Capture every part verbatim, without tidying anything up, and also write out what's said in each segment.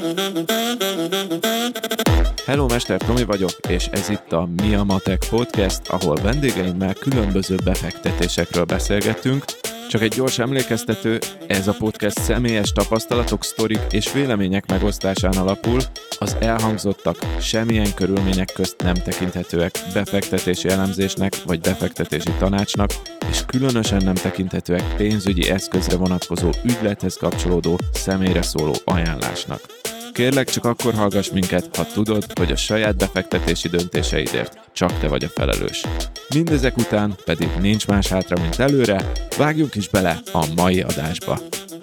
Hello, Mester Tomi vagyok, és ez itt a Mi a Matek Podcast, ahol vendégeimmel különböző befektetésekről beszélgetünk. Csak egy gyors emlékeztető, ez a podcast személyes tapasztalatok, sztorik és vélemények megosztásán alapul, az elhangzottak semmilyen körülmények közt nem tekinthetőek befektetési elemzésnek vagy befektetési tanácsnak, és különösen nem tekinthetőek pénzügyi eszközre vonatkozó ügylethez kapcsolódó személyre szóló ajánlásnak. Kérlek, csak akkor hallgass minket, ha tudod, hogy a saját befektetési döntéseidért csak te vagy a felelős. Mindezek után pedig nincs más hátra, mint előre, vágjunk is bele a mai adásba.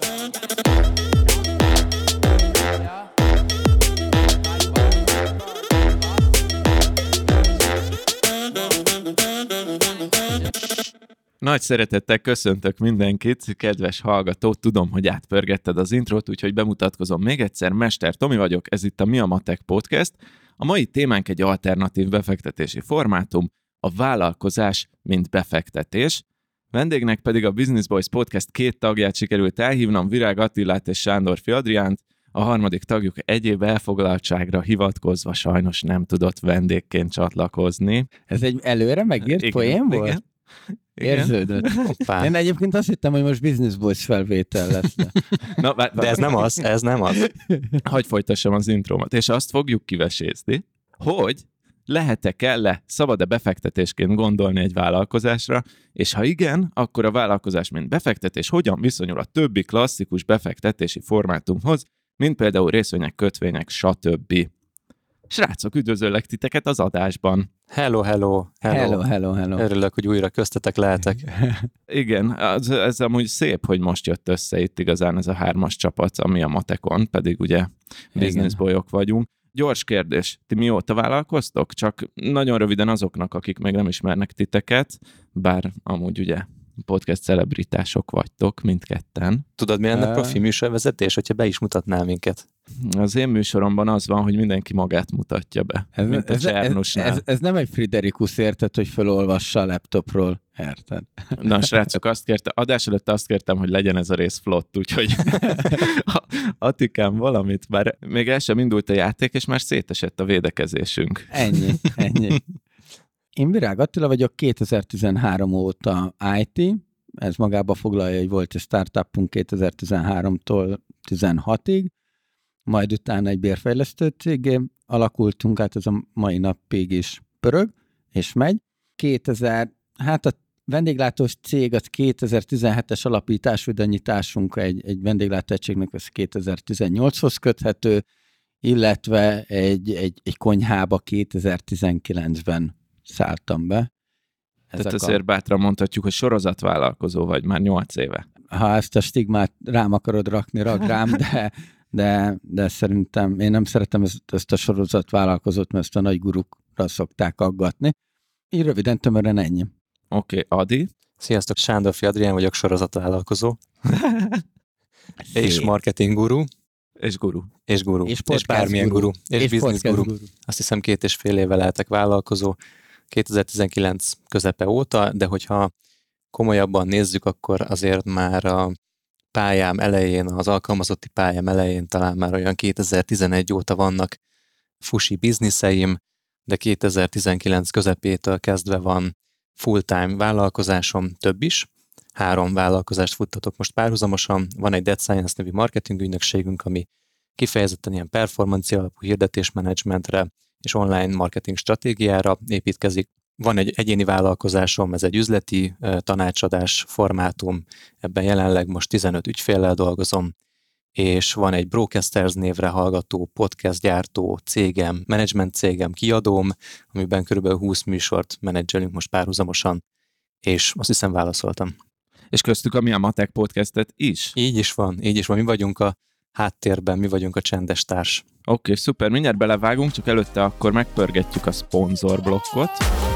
Nagy szeretettel köszöntök mindenkit, kedves hallgató, tudom, hogy átpörgetted az intrót, úgyhogy bemutatkozom még egyszer, Mester Tomi vagyok, ez itt a Mi a Matek Podcast. A mai témánk egy alternatív befektetési formátum, a vállalkozás, mint befektetés. Vendégnek pedig a Business Boys Podcast két tagját sikerült elhívnom, Virág Attilát és Sándorfi Adriánt, a harmadik tagjuk egyéb elfoglaltságra hivatkozva sajnos nem tudott vendégként csatlakozni. Ez egy előre megírt poén volt? Igen. Érződött. Hoppá. Én egyébként azt hittem, hogy most Business Boys felvétel lesz. De, Na, bár, de ez nem az, ez nem az. Hagy folytassam az intrómat, és azt fogjuk kivesézni, hogy lehet-e, kell-e, szabad-e befektetésként gondolni egy vállalkozásra, és ha igen, akkor a vállalkozás mint befektetés hogyan viszonyul a többi klasszikus befektetési formátumhoz, mint például részvények, kötvények, stb. Srácok, üdvözöllek titeket az adásban. Hello, hello, hello. Hello, hello, hello. Örülök, hogy újra köztetek lehetek. Igen, az, ez amúgy szép, hogy most jött össze itt igazán ez a hármas csapat, ami a Matekon, pedig ugye business boyok vagyunk. Gyors kérdés, ti mióta vállalkoztok? Csak nagyon röviden azoknak, akik még nem ismernek titeket, bár amúgy ugye podcast celebritások vagytok mindketten. Tudod, mi lenne profi műsorvezetés, hogyha be is mutatnál minket? Az én műsoromban az van, hogy mindenki magát mutatja be, ez, mint a ez, Csernusnál. Ez, ez, ez nem egy Friderikus, érted, hogy felolvassa a laptopról, érted? Na, srácok, azt kérte, adás előtt azt kértem, hogy legyen ez a rész flott, úgyhogy Attikám valamit, bár még el sem indult a játék, és már szétesett a védekezésünk. Ennyi, ennyi. Én Virág Attila vagyok, kétezer-tizenhárom óta i té, ez magába foglalja, hogy volt egy startupunk kétezer-tizenháromtól tizenhatig, majd utána egy bérfejlesztő cégé alakultunk, hát ez a mai napig is pörög, és megy. kétezer, hát a vendéglátós cég az kétezer-tizenhetes alapítású, de a nyitásunk egy, egy vendéglátóegységnek az kétezer-tizennyolchoz köthető, illetve egy, egy, egy konyhába kétezer-tizenkilencben szálltam be. Ezek Tehát azért a... bátran mondhatjuk, hogy sorozatvállalkozó vagy már nyolc éve. Ha ezt a stigmát rám akarod rakni, rak rám, de, de, de szerintem én nem szeretem ezt, ezt a sorozatvállalkozót, mert ezt a nagy gurukra szokták aggatni. Így röviden, tömören ennyi. Oké, okay, Adi? Sziasztok, Sándorfi Adrián vagyok, sorozatvállalkozó. És marketing guru. És guru. És guru. És, és bármilyen guru. guru. És, és business guru. guru. Azt hiszem két és fél éve lehetek vállalkozó, kétezer-tizenkilenc közepe óta, de hogyha komolyabban nézzük, akkor azért már a pályám elején, az alkalmazotti pályám elején talán már olyan kétezer-tizenegy óta vannak fusi bizniszeim, de kétezer-tizenkilenc közepétől kezdve van full-time vállalkozásom, több is. Három vállalkozást futtatok most párhuzamosan. Van egy Dead Science nevű marketing ügynökségünk, ami kifejezetten ilyen performancia alapú hirdetésmenedzsmentre és online marketing stratégiára építkezik. Van egy egyéni vállalkozásom, ez egy üzleti uh, tanácsadás formátum, ebben jelenleg most tizenöt ügyféllel dolgozom, és van egy Brocasters névre hallgató podcast gyártó cégem, menedzsment cégem, kiadóm, amiben körülbelül húsz műsort menedzselünk most párhuzamosan, és azt hiszem válaszoltam. És köztük a Mi a Matek Podcastet is? Így is van, így is van. Mi vagyunk a háttérben, mi vagyunk a csendes társ. Oké, okay, szuper, mindjárt belevágunk, csak előtte akkor megpörgetjük a szponzorblokkot.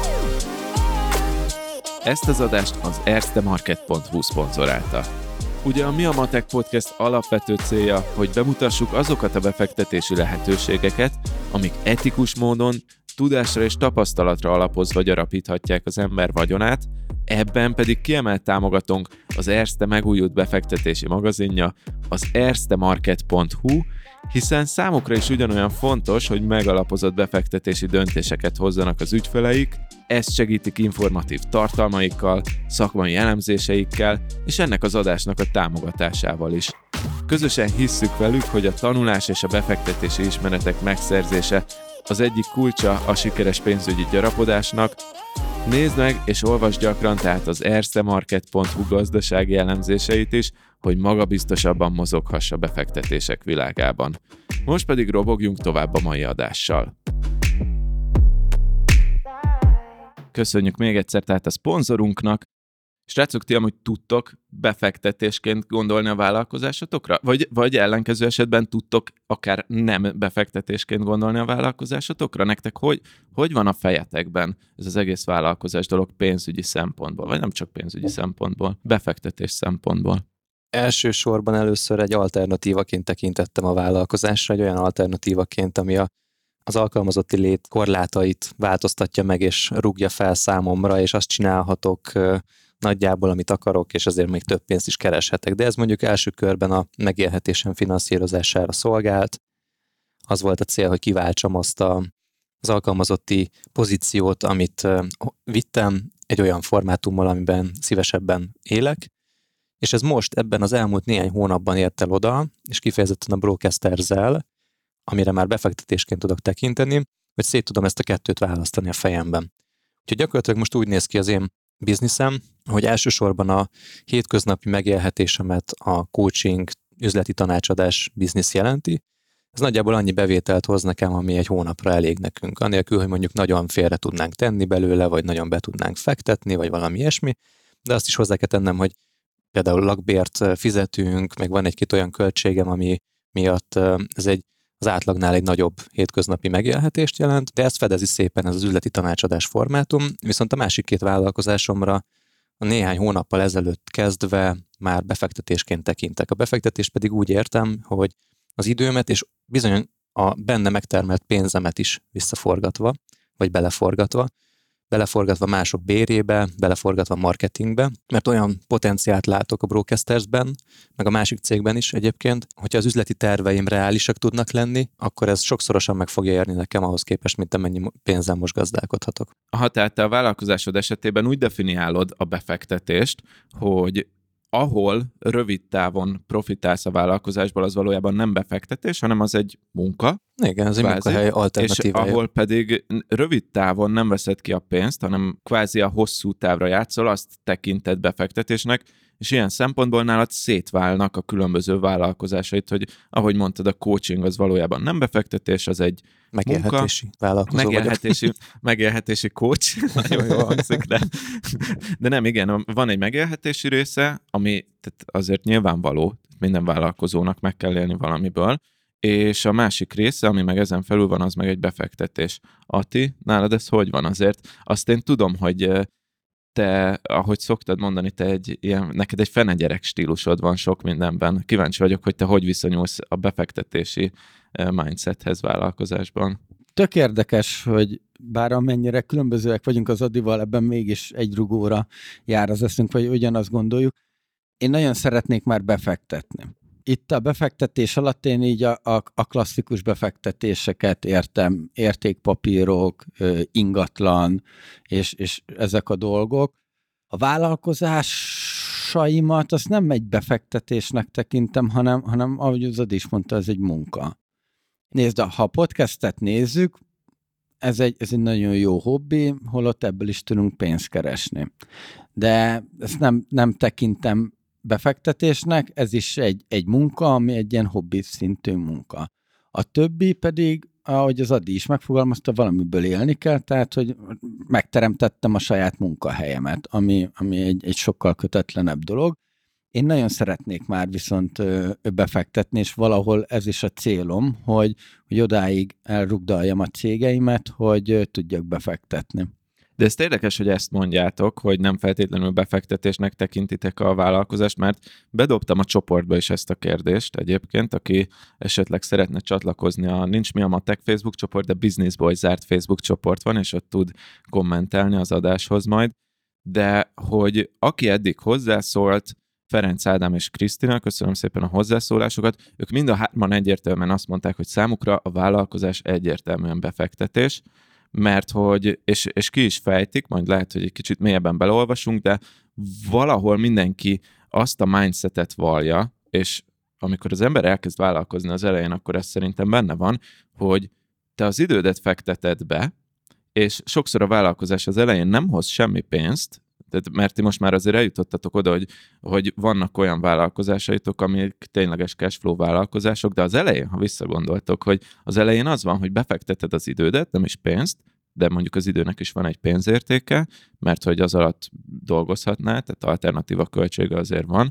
Ezt az adást az erstemarket pont hu szponzorálta. Ugye a Mi a Matek Podcast alapvető célja, hogy bemutassuk azokat a befektetési lehetőségeket, amik etikus módon tudásra és tapasztalatra alapozva gyarapíthatják az ember vagyonát, ebben pedig kiemelt támogatónk az Erste megújult befektetési magazinja, az erstemarket pont hu, hiszen számukra is ugyanolyan fontos, hogy megalapozott befektetési döntéseket hozzanak az ügyfeleik, ezt segítik informatív tartalmaikkal, szakmai elemzéseikkel, és ennek az adásnak a támogatásával is. Közösen hisszük velük, hogy a tanulás és a befektetési ismeretek megszerzése az egyik kulcsa a sikeres pénzügyi gyarapodásnak. Nézd meg és olvasd gyakran tehát az erstemarket pont hu gazdasági elemzéseit is, hogy magabiztosabban mozoghass a befektetések világában. Most pedig robogjunk tovább a mai adással. Köszönjük még egyszer tehát a szponzorunknak. Srácok, ti amúgy tudtok befektetésként gondolni a vállalkozásotokra? Vagy, vagy ellenkező esetben tudtok akár nem befektetésként gondolni a vállalkozásotokra? Nektek hogy, hogy van a fejetekben ez az egész vállalkozás dolog pénzügyi szempontból? Vagy nem csak pénzügyi szempontból, befektetés szempontból? Elsősorban először egy alternatívaként tekintettem a vállalkozásra, egy olyan alternatívaként, ami a, az alkalmazotti lét korlátait változtatja meg, és rúgja fel számomra, és azt csinálhatok nagyjából, amit akarok, és azért még több pénzt is kereshetek. De ez mondjuk első körben a megélhetésem finanszírozására szolgált. Az volt a cél, hogy kiváltsam azt a, az alkalmazotti pozíciót, amit vittem egy olyan formátummal, amiben szívesebben élek, és ez most ebben az elmúlt néhány hónapban ért el oda, és kifejezetten a Brocasters-zel, amire már befektetésként tudok tekinteni, hogy szét tudom ezt a kettőt választani a fejemben. Úgyhogy gyakorlatilag most úgy néz ki az én bizniszem, hogy elsősorban a hétköznapi megélhetésemet a coaching, üzleti tanácsadás biznisz jelenti. Ez nagyjából annyi bevételt hoz nekem, ami egy hónapra elég nekünk. Anélkül, hogy mondjuk nagyon félre tudnánk tenni belőle, vagy nagyon be tudnánk fektetni, vagy valami ilyesmi, de azt is hozzá kell tennem, hogy például lakbért fizetünk, meg van egy-két olyan költségem, ami miatt ez egy az átlagnál egy nagyobb hétköznapi megélhetést jelent, de ezt fedezi szépen ez az üzleti tanácsadás formátum, viszont a másik két vállalkozásomra a néhány hónappal ezelőtt kezdve már befektetésként tekintek. A befektetés pedig úgy értem, hogy az időmet és bizony a benne megtermelt pénzemet is visszaforgatva, vagy beleforgatva, beleforgatva mások bérébe, beleforgatva marketingbe, mert olyan potenciált látok a Brocastersben, meg a másik cégben is egyébként, hogyha az üzleti terveim reálisak tudnak lenni, akkor ez sokszorosan meg fogja érni nekem ahhoz képest, mint amennyi pénzzel most gazdálkodhatok. Ha tehát te a vállalkozásod esetében úgy definiálod a befektetést, hogy ahol rövid távon profitálsz a vállalkozásból, az valójában nem befektetés, hanem az egy munka. Igen, ez egy munkahely alternatívája. És ahol pedig rövid távon nem veszed ki a pénzt, hanem kvázi a hosszú távra játszol, azt tekinted befektetésnek, és ilyen szempontból nálad szétválnak a különböző vállalkozásait, hogy ahogy mondtad, a coaching az valójában nem befektetés, az egy megélhetési munka, vállalkozó megélhetési, megélhetési coach, nagyon jól hangzik, de, de nem, igen, van egy megélhetési része, ami tehát azért nyilvánvaló, minden vállalkozónak meg kell élni valamiből, és a másik része, ami meg ezen felül van, az meg egy befektetés. Ati, nálad ez hogy van? Azért azt én tudom, hogy te, ahogy szoktad mondani, te egy ilyen, neked egy fenegyerek stílusod van sok mindenben. Kíváncsi vagyok, hogy te hogy viszonyulsz a befektetési mindsethez vállalkozásban. Tök érdekes, hogy bár amennyire különbözőek vagyunk az Adival, ebben mégis egy rugóra jár az eszünk, vagy ugyanazt gondoljuk. Én nagyon szeretnék már befektetni. Itt a befektetés alatt én így a, a, a klasszikus befektetéseket értem, értékpapírok, ingatlan, és, és ezek a dolgok. A vállalkozásaimat azt nem egy befektetésnek tekintem, hanem, hanem ahogy az Adi is mondta, ez egy munka. Nézd, ha a podcastet nézzük, ez egy, ez egy nagyon jó hobbi, holott ebből is tudunk pénzt keresni. De ezt nem, nem tekintem befektetésnek, ez is egy, egy munka, ami egy ilyen hobbi szintű munka. A többi pedig, ahogy az Adi is megfogalmazta, valamiből élni kell, tehát, hogy megteremtettem a saját munkahelyemet, ami, ami egy, egy sokkal kötetlenebb dolog. Én nagyon szeretnék már viszont befektetni, és valahol ez is a célom, hogy, hogy odáig elrugdaljam a cégeimet, hogy tudjak befektetni. De ez érdekes, hogy ezt mondjátok, hogy nem feltétlenül befektetésnek tekintitek a vállalkozást, mert bedobtam a csoportba is ezt a kérdést egyébként, aki esetleg szeretne csatlakozni a Nincs Mi a Matek Facebook csoport, de Business Boys zárt Facebook csoport van, és ott tud kommentelni az adáshoz majd. De hogy aki eddig hozzászólt, Ferenc Ádám és Krisztina, köszönöm szépen a hozzászólásokat, ők mind a hárman egyértelműen azt mondták, hogy számukra a vállalkozás egyértelműen befektetés, mert hogy, és, és ki is fejtik, majd lehet, hogy egy kicsit mélyebben beleolvasunk, de valahol mindenki azt a mindsetet vallja, és amikor az ember elkezd vállalkozni az elején, akkor ez szerintem benne van, hogy te az idődet fekteted be, és sokszor a vállalkozás az elején nem hoz semmi pénzt, tehát, mert ti most már azért eljutottatok oda, hogy, hogy vannak olyan vállalkozásaitok, amik tényleges cashflow vállalkozások, de az elején, ha visszagondoltok, hogy az elején az van, hogy befekteted az idődet, nem is pénzt, de mondjuk az időnek is van egy pénzértéke, mert hogy az alatt dolgozhatnál, tehát alternatíva költsége azért van,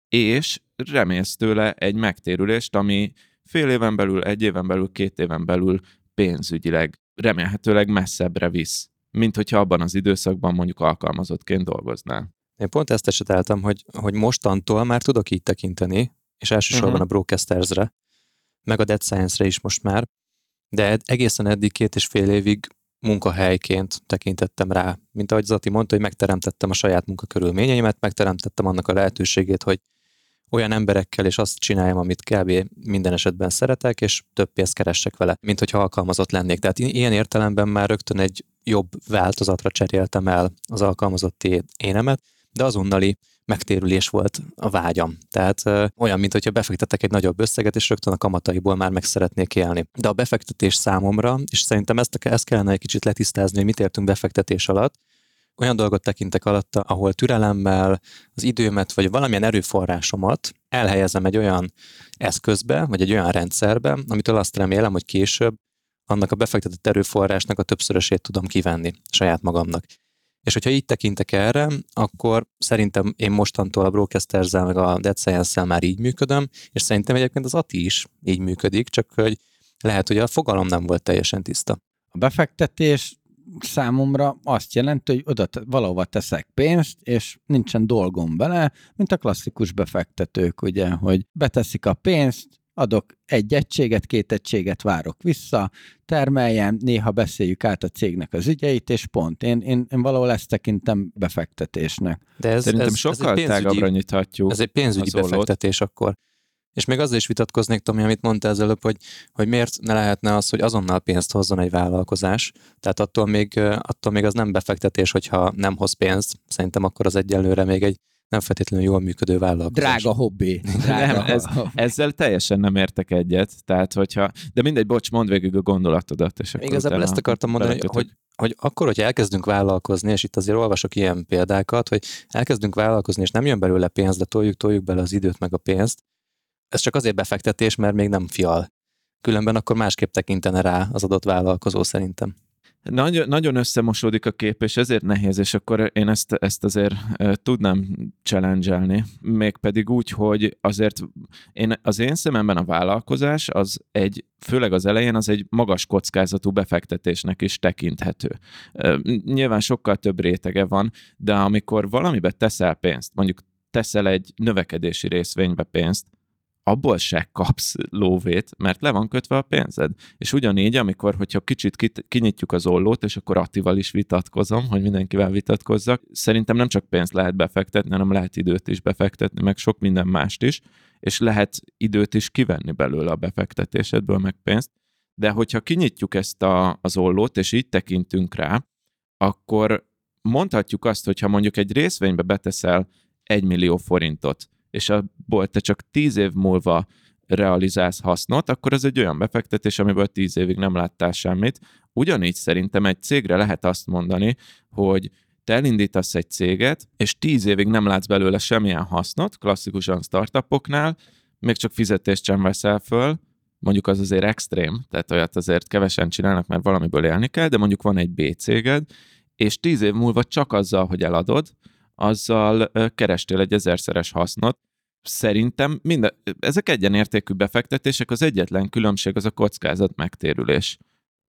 és remélsz tőle egy megtérülést, ami fél éven belül, egy éven belül, két éven belül pénzügyileg remélhetőleg messzebbre visz, mint hogyha abban az időszakban mondjuk alkalmazottként dolgoznál. Én pont ezt eseteltem, hogy, hogy mostantól már tudok így tekinteni, és elsősorban uh-huh. a Brocasters-re, meg a Dead Science-re is most már, de egészen eddig két és fél évig munkahelyként tekintettem rá. Mint ahogy Zati mondta, hogy megteremtettem a saját munkakörülményeimet, megteremtettem annak a lehetőségét, hogy olyan emberekkel, és azt csináljam, amit kb. Minden esetben szeretek, és több pénzt keressek vele, mint hogyha alkalmazott lennék. Tehát ilyen értelemben már rögtön egy jobb változatra cseréltem el az alkalmazotti énemet, de azonnali megtérülés volt a vágyam. Tehát ö, olyan, mint hogyha befektetek egy nagyobb összeget, és rögtön a kamataiból már meg szeretnék élni. De a befektetés számomra, és szerintem ezt, ezt kellene egy kicsit letisztázni, hogy mit értünk befektetés alatt, olyan dolgot tekintek alatta, ahol türelemmel az időmet, vagy valamilyen erőforrásomat elhelyezem egy olyan eszközbe, vagy egy olyan rendszerbe, amitől azt remélem, hogy később annak a befektetett erőforrásnak a többszörösét tudom kivenni saját magamnak. És hogyha így tekintek erre, akkor szerintem én mostantól a Brocasters-zel meg a Dead Science-szel már így működöm, és szerintem egyébként az Ati is így működik, csak hogy lehet, hogy a fogalom nem volt teljesen tiszta. A befektetés számomra azt jelenti, hogy oda te, valahova teszek pénzt, és nincsen dolgom vele, mint a klasszikus befektetők, ugye, hogy beteszik a pénzt, adok egy egységet, két egységet várok vissza, termeljem, néha beszéljük át a cégnek az ügyeit, és pont. Én, én, én valahol ezt tekintem befektetésnek. De ez, Szerintem ez, sokkal ez tágabbra nyithatjuk. Ez egy pénzügyi befektetés akkor. És még azzal is vitatkoznék, Tomi, amit mondtál az előbb, hogy, hogy miért ne lehetne az, hogy azonnal pénzt hozzon egy vállalkozás. Tehát attól még, attól még az nem befektetés, hogyha nem hoz pénzt. Szerintem akkor az egyelőre még egy nem feltétlenül jól működő vállalkozás. Drága hobbi. Drága nem, ez, ezzel teljesen nem értek egyet. Tehát, hogyha, de mindegy, bocs, mondd végig a gondolatodat. És akkor igazából ezt akartam mondani, hogy, hogy, hogy akkor, hogyha elkezdünk vállalkozni, és itt azért olvasok ilyen példákat, hogy elkezdünk vállalkozni, és nem jön belőle pénz, de toljuk, toljuk bele az időt meg a pénzt, ez csak azért befektetés, mert még nem fial. Különben akkor másképp tekintene rá az adott vállalkozó szerintem. Nagy, nagyon összemosódik a kép, és ezért nehéz, és akkor én ezt, ezt azért uh, tudnám challenge-elni. Mégpedig úgy, hogy azért én, az én szememben a vállalkozás az egy, főleg az elején, az egy magas kockázatú befektetésnek is tekinthető. Uh, nyilván sokkal több rétege van, de amikor valamibe teszel pénzt, mondjuk teszel egy növekedési részvénybe pénzt, abból se kapsz lóvét, mert le van kötve a pénzed. És ugyanígy, amikor, hogyha kicsit kinyitjuk az ollót, és akkor Attival is vitatkozom, hogy mindenkivel vitatkozzak, szerintem nem csak pénzt lehet befektetni, hanem lehet időt is befektetni, meg sok minden mást is, és lehet időt is kivenni belőle a befektetésedből, meg pénzt. De hogyha kinyitjuk ezt a, az ollót, és így tekintünk rá, akkor mondhatjuk azt, hogyha mondjuk egy részvénybe beteszel egy millió forintot, és abból te csak tíz év múlva realizálsz hasznot, akkor ez egy olyan befektetés, amiből tíz évig nem láttál semmit. Ugyanígy szerintem egy cégre lehet azt mondani, hogy te elindítasz egy céget, és tíz évig nem látsz belőle semmilyen hasznot, klasszikusan startupoknál, még csak fizetést sem veszel föl, mondjuk az azért extrém, tehát olyat azért kevesen csinálnak, mert valamiből élni kell, de mondjuk van egy B céged, és tíz év múlva csak azzal, hogy eladod, azzal kerestél egy ezerszeres hasznot. Szerintem minden, ezek egyenértékű befektetések, az egyetlen különbség az a kockázat megtérülés.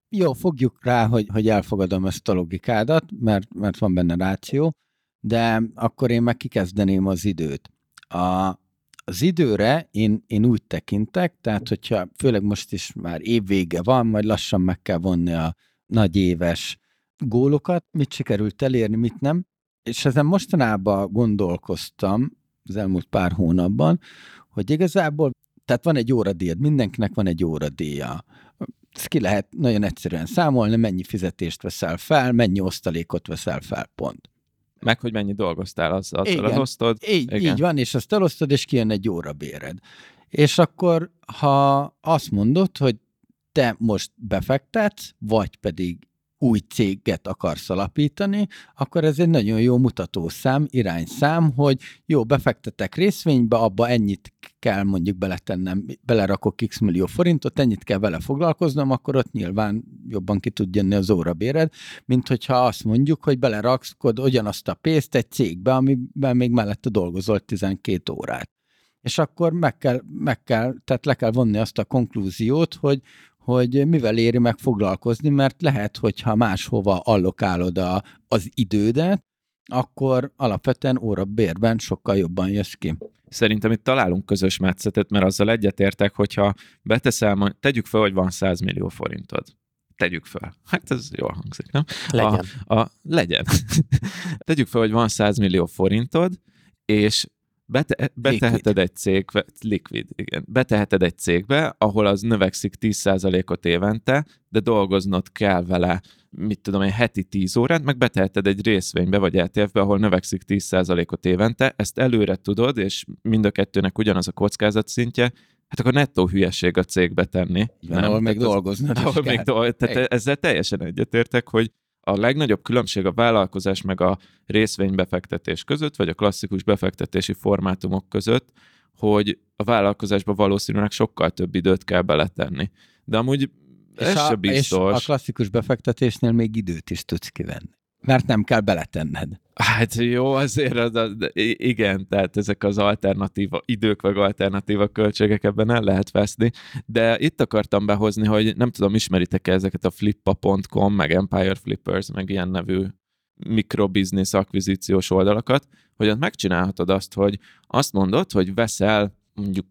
Jó, fogjuk rá, hogy, hogy elfogadom ezt a logikádat, mert, mert van benne ráció, de akkor én meg kikezdeném az időt. A, az időre én, én úgy tekintek, tehát hogyha főleg most is már évvége van, majd lassan meg kell vonni a nagy éves gólokat, mit sikerült elérni, mit nem, és ezen mostanában gondolkoztam az elmúlt pár hónapban, hogy igazából, tehát van egy óradíjad, mindenkinek van egy óradíja. Ezt ki lehet nagyon egyszerűen számolni, mennyi fizetést veszel fel, mennyi osztalékot veszel fel, pont. Meg, hogy mennyi dolgoztál, az, azzal elosztod. Így, így van, és azt elosztod, és kijön egy órabéred. És akkor, ha azt mondod, hogy te most befektetsz, vagy pedig új céget akarsz alapítani, akkor ez egy nagyon jó mutatószám, irányszám, hogy jó, befektetek részvénybe, abba ennyit kell mondjuk beletennem, belerakok x millió forintot, ennyit kell vele foglalkoznom, akkor ott nyilván jobban ki tud jönni az órabéred, mint hogyha azt mondjuk, hogy belerakod ugyanazt a pénzt egy cégbe, amiben még mellette dolgozol tizenkét órát. És akkor meg kell, meg kell, tehát le kell vonni azt a konklúziót, hogy hogy mivel éri meg foglalkozni, mert lehet, hogyha máshova allokálod a, az idődet, akkor alapvetően órabérben sokkal jobban jössz ki. Szerintem itt találunk közös metszetet, mert azzal egyetértek, hogyha beteszel, tegyük fel, hogy van száz millió forintod. Tegyük fel. Hát ez jól hangzik, nem? Legyen. A, a, legyen. Tegyük fel, hogy van száz millió forintod, és Bete- beteheted egy cég, likvid, igen. Beteheted egy cégbe, ahol az növekszik tíz százalékot évente, de dolgoznod kell vele, mit tudom én, heti tíz órát, meg beteheted egy részvénybe, vagy é té ef-be, ahol növekszik tíz százalékot évente, ezt előre tudod, és mind a kettőnek ugyanaz a kockázat szintje, hát akkor nettó hülyeség a cégbe tenni. Igen, ahol még dolgoznod is ahol még dolg... Tehát ezzel teljesen egyetértek, hogy a legnagyobb különbség a vállalkozás meg a részvénybefektetés között, vagy a klasszikus befektetési formátumok között, hogy a vállalkozásba valószínűleg sokkal több időt kell beletenni. De amúgy és ez a, se biztos. És a klasszikus befektetésnél még időt is tudsz kivenni. Mert nem kell beletenned. Hát jó, azért de, de igen, tehát ezek az alternatíva idők, vagy alternatíva költségek ebben el lehet veszni, de itt akartam behozni, hogy nem tudom, ismeritek-e ezeket a flippa pont com, meg Empire Flippers, meg ilyen nevű mikrobusiness akvizíciós oldalakat, hogy ott megcsinálhatod azt, hogy azt mondod, hogy veszel mondjuk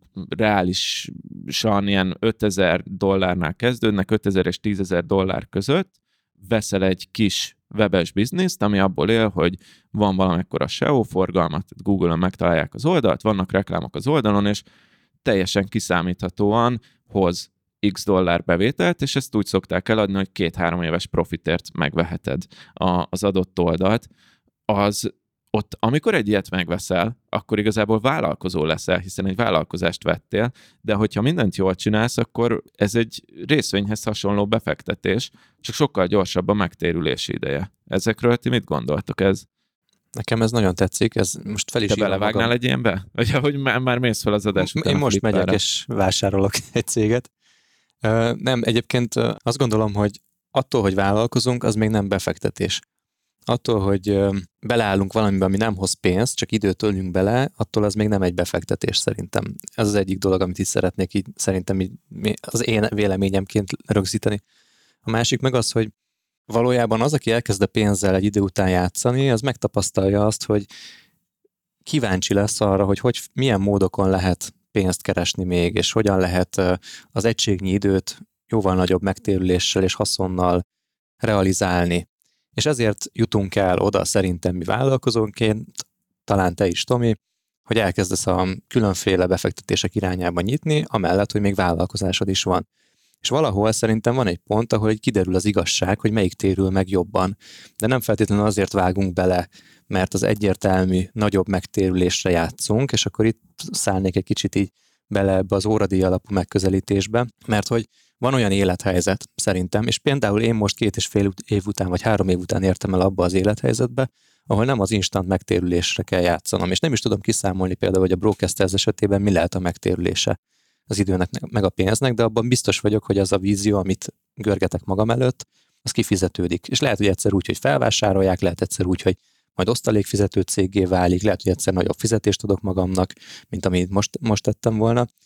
reálisan ilyen ötezer dollárnál kezdődnek, ötezer és tízezer dollár között, veszel egy kis webes bizniszt, ami abból él, hogy van valamekkora es e o forgalmat, Google-on megtalálják az oldalt, vannak reklámok az oldalon, és teljesen kiszámíthatóan hoz x dollár bevételt, és ezt úgy szokták eladni, hogy két-három éves profitért megveheted a, az adott oldalt. Az ott, amikor egy ilyet megveszel, akkor igazából vállalkozó leszel, hiszen egy vállalkozást vettél, de hogyha mindent jól csinálsz, akkor ez egy részvényhez hasonló befektetés, csak sokkal gyorsabb a megtérülési ideje. Ezekről ti mit gondoltok ez? Nekem ez nagyon tetszik, ez most fel is Te belevágnál magam. Egy ilyenbe? Vagy ahogy már, már mész fel az adás után? Én most megyek és vásárolok egy céget. Uh, nem, egyébként uh, azt gondolom, hogy attól, hogy vállalkozunk, az még nem befektetés. Attól, hogy beleállunk valamiben, ami nem hoz pénzt, csak időt ölünk bele, attól az még nem egy befektetés szerintem. Ez az egyik dolog, amit is szeretnék így szerintem így az én véleményemként rögzíteni. A másik meg az, hogy valójában az, aki elkezd a pénzzel egy idő után játszani, az megtapasztalja azt, hogy kíváncsi lesz arra, hogy, hogy milyen módokon lehet pénzt keresni még, és hogyan lehet az egységnyi időt jóval nagyobb megtérüléssel és haszonnal realizálni. És ezért jutunk el oda szerintem mi vállalkozónként, talán te is, Tomi, hogy elkezdesz a különféle befektetések irányába nyitni, amellett, hogy még vállalkozásod is van. És valahol szerintem van egy pont, ahol egy kiderül az igazság, hogy melyik térül meg jobban. De nem feltétlenül azért vágunk bele, mert az egyértelmű, nagyobb megtérülésre játszunk, és akkor itt szállnék egy kicsit így bele ebbe az óradíj alapú megközelítésbe, mert hogy van olyan élethelyzet szerintem, és például én most két és fél év után, vagy három év után értem el abba az élethelyzetbe, ahol nem az instant megtérülésre kell játszanom, és nem is tudom kiszámolni például, hogy a Brocasters esetében mi lehet a megtérülése az időnek meg a pénznek, de abban biztos vagyok, hogy az a vízió, amit görgetek magam előtt, az kifizetődik. És lehet, hogy egyszer úgy, hogy felvásárolják, lehet egyszer úgy, hogy majd osztalékfizető céggé válik, lehet, hogy egyszer nagyobb fizetést adok magamnak, mint amit most, most tettem volna.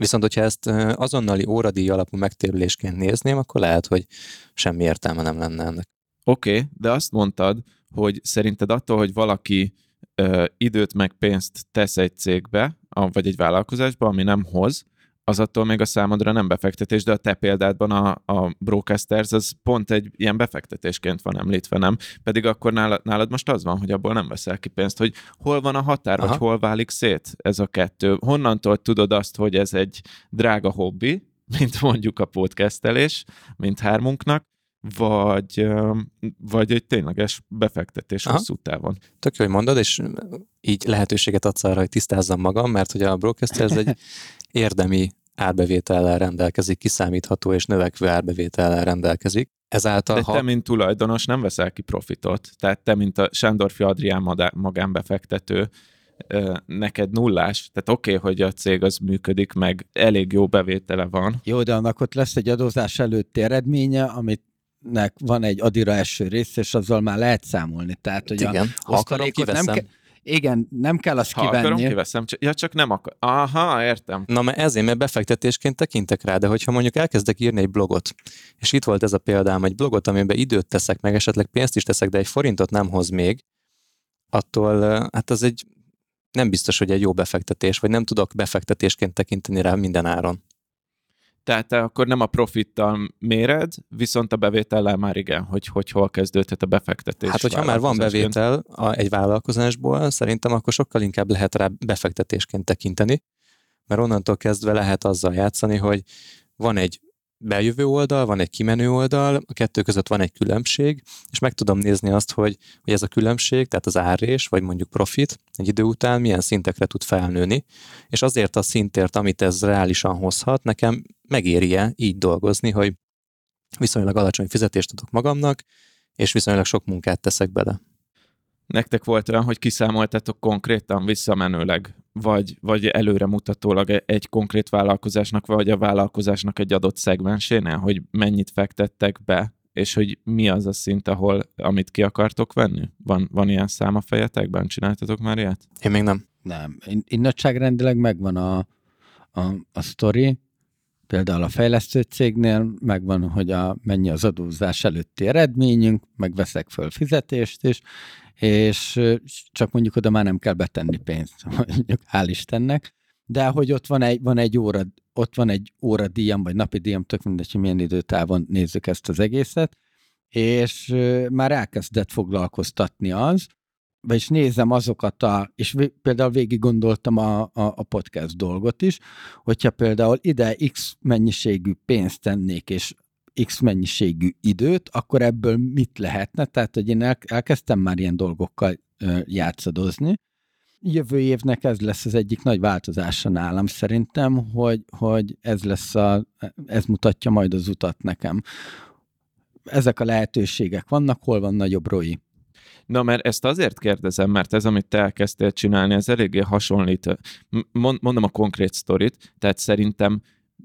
Viszont, hogyha ezt azonnali óradíj alapú megtérülésként nézném, akkor lehet, hogy semmi értelme nem lenne ennek. Oké, okay, de azt mondtad, hogy szerinted attól, hogy valaki ö, időt meg pénzt tesz egy cégbe, vagy egy vállalkozásba, ami nem hoz, az attól még a számodra nem befektetés, de a te példádban a, a Brocasters az pont egy ilyen befektetésként van említve, nem? Pedig akkor nálad, nálad most az van, hogy abból nem veszel ki pénzt, hogy hol van a határ, Aha. vagy hol válik szét ez a kettő. Honnantól tudod azt, hogy ez egy drága hobbi, mint mondjuk a podcastelés, mint hármunknak, vagy, vagy egy tényleges befektetés Aha. hosszú távon. Tök jó, hogy mondod, és így lehetőséget adsz arra, hogy tisztázzam magam, mert ugye a Broadcaster ez egy érdemi árbevétellel rendelkezik, kiszámítható és növekvő árbevétellel rendelkezik. Ezáltal, De te, ha... mint tulajdonos nem veszel ki profitot. Tehát te, mint a Sándorfi Adrián magánbefektető, neked nullás. Tehát oké, okay, hogy a cég az működik, meg elég jó bevétele van. Jó, de annak ott lesz egy adózás előtti eredménye, amit nek van egy adira eső rész, és azzal már lehet számolni. Tehát, hogy igen, a osztalékot nem kell... Igen, nem kell azt ha kivenni. Ha akarom, kiveszem. Ja, csak nem akar. Aha, értem. Na, mert ezért, mert befektetésként tekintek rá, de hogyha mondjuk elkezdek írni egy blogot, és itt volt ez a példám, egy blogot, amiben időt teszek, meg esetleg pénzt is teszek, de egy forintot nem hoz még, attól hát az egy nem biztos, hogy egy jó befektetés, vagy nem tudok befektetésként tekinteni rá minden áron. Tehát te akkor nem a profittal méred, viszont a bevétellel már igen, hogy, hogy hol kezdődhet a befektetés. Hát, hogyha már van bevétel a, egy vállalkozásból, szerintem akkor sokkal inkább lehet rá befektetésként tekinteni, mert onnantól kezdve lehet azzal játszani, hogy van egy beljövő oldal, van egy kimenő oldal, a kettő között van egy különbség, és meg tudom nézni azt, hogy, hogy ez a különbség, tehát az árrés, vagy mondjuk profit egy idő után milyen szintekre tud felnőni, és azért a szintért, amit ez reálisan hozhat, nekem megéri-e így dolgozni, hogy viszonylag alacsony fizetést adok magamnak, és viszonylag sok munkát teszek bele. Nektek volt olyan, hogy kiszámoltatok konkrétan visszamenőleg, vagy, vagy előremutatólag egy konkrét vállalkozásnak, vagy a vállalkozásnak egy adott szegmensénél, hogy mennyit fektettek be, és hogy mi az a szint, ahol, amit ki akartok venni? Van, van ilyen szám a fejetekben? Csináltatok már ilyet? Én még nem. Nem. Én nagyságrendileg megvan a, a, a sztori, például a fejlesztő cégnél megvan, hogy a, mennyi az adózás előtti eredményünk, meg veszek föl fizetést is, és csak mondjuk oda már nem kell betenni pénzt, mondjuk hál' Istennek, de hogy ott van egy, van egy óra, ott van egy óradíjam, vagy napi díjam, tök mindegy, hogy milyen időtávon nézzük ezt az egészet, és már elkezdett foglalkoztatni az, vagyis nézem azokat a, és vé, például végig gondoltam a, a, a podcast dolgot is, hogyha például ide X mennyiségű pénzt tennék, és X mennyiségű időt, akkor ebből mit lehetne? Tehát, hogy én el, elkezdtem már ilyen dolgokkal ö, játszadozni. Jövő évnek ez lesz az egyik nagy változása nálam szerintem, hogy, hogy ez lesz a, ez mutatja majd az utat nekem. Ezek a lehetőségek vannak, hol van nagyobb roi? Na, mert ezt azért kérdezem, mert ez, amit te elkezdtél csinálni, ez eléggé hasonlít. Mondom a konkrét sztorit, tehát szerintem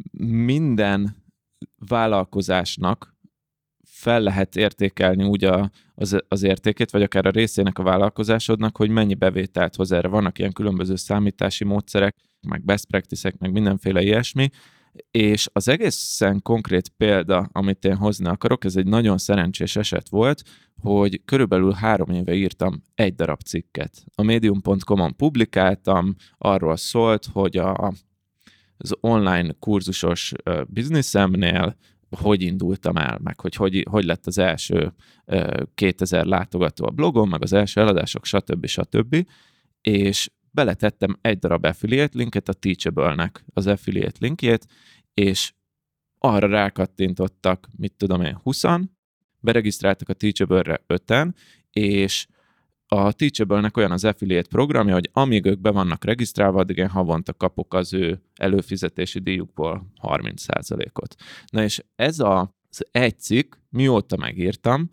minden vállalkozásnak fel lehet értékelni úgy a, az, az értékét, vagy akár a részének a vállalkozásodnak, hogy mennyi bevételt hoz erre. Vannak ilyen különböző számítási módszerek, meg best practice-ek, meg mindenféle ilyesmi, és az egészen konkrét példa, amit én hozni akarok, ez egy nagyon szerencsés eset volt, hogy körülbelül három éve írtam egy darab cikket. A medium pont com-on publikáltam, arról szólt, hogy a, az online kurzusos uh, bizniszemnél hogy indultam el, meg hogy, hogy hogy lett az első uh, kétezer látogató a blogon, meg az első eladások, stb. stb. És beletettem egy darab affiliate linket, a Teachable-nek az affiliate linkjét, és arra rákattintottak, mit tudom én, huszan, beregisztráltak a Teachable-re öten, és a Teachable-nek olyan az affiliate programja, hogy amíg ők be vannak regisztrálva, addig én havonta kapok az ő előfizetési díjukból harminc százalékot. Na és ez a, az egy cikk, mióta megírtam,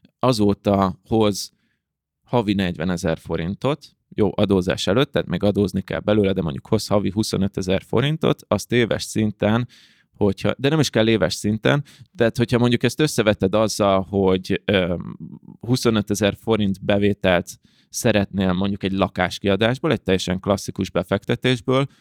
azóta hoz havi negyvenezer forintot, jó, adózás előtt, tehát még adózni kell belőle, de mondjuk hoz havi huszonötezer forintot, azt éves szinten, hogyha, de nem is kell éves szinten, tehát hogyha mondjuk ezt összeveted azzal, hogy huszonötezer forint bevételt szeretnél mondjuk egy lakáskiadásból, egy teljesen klasszikus befektetésből,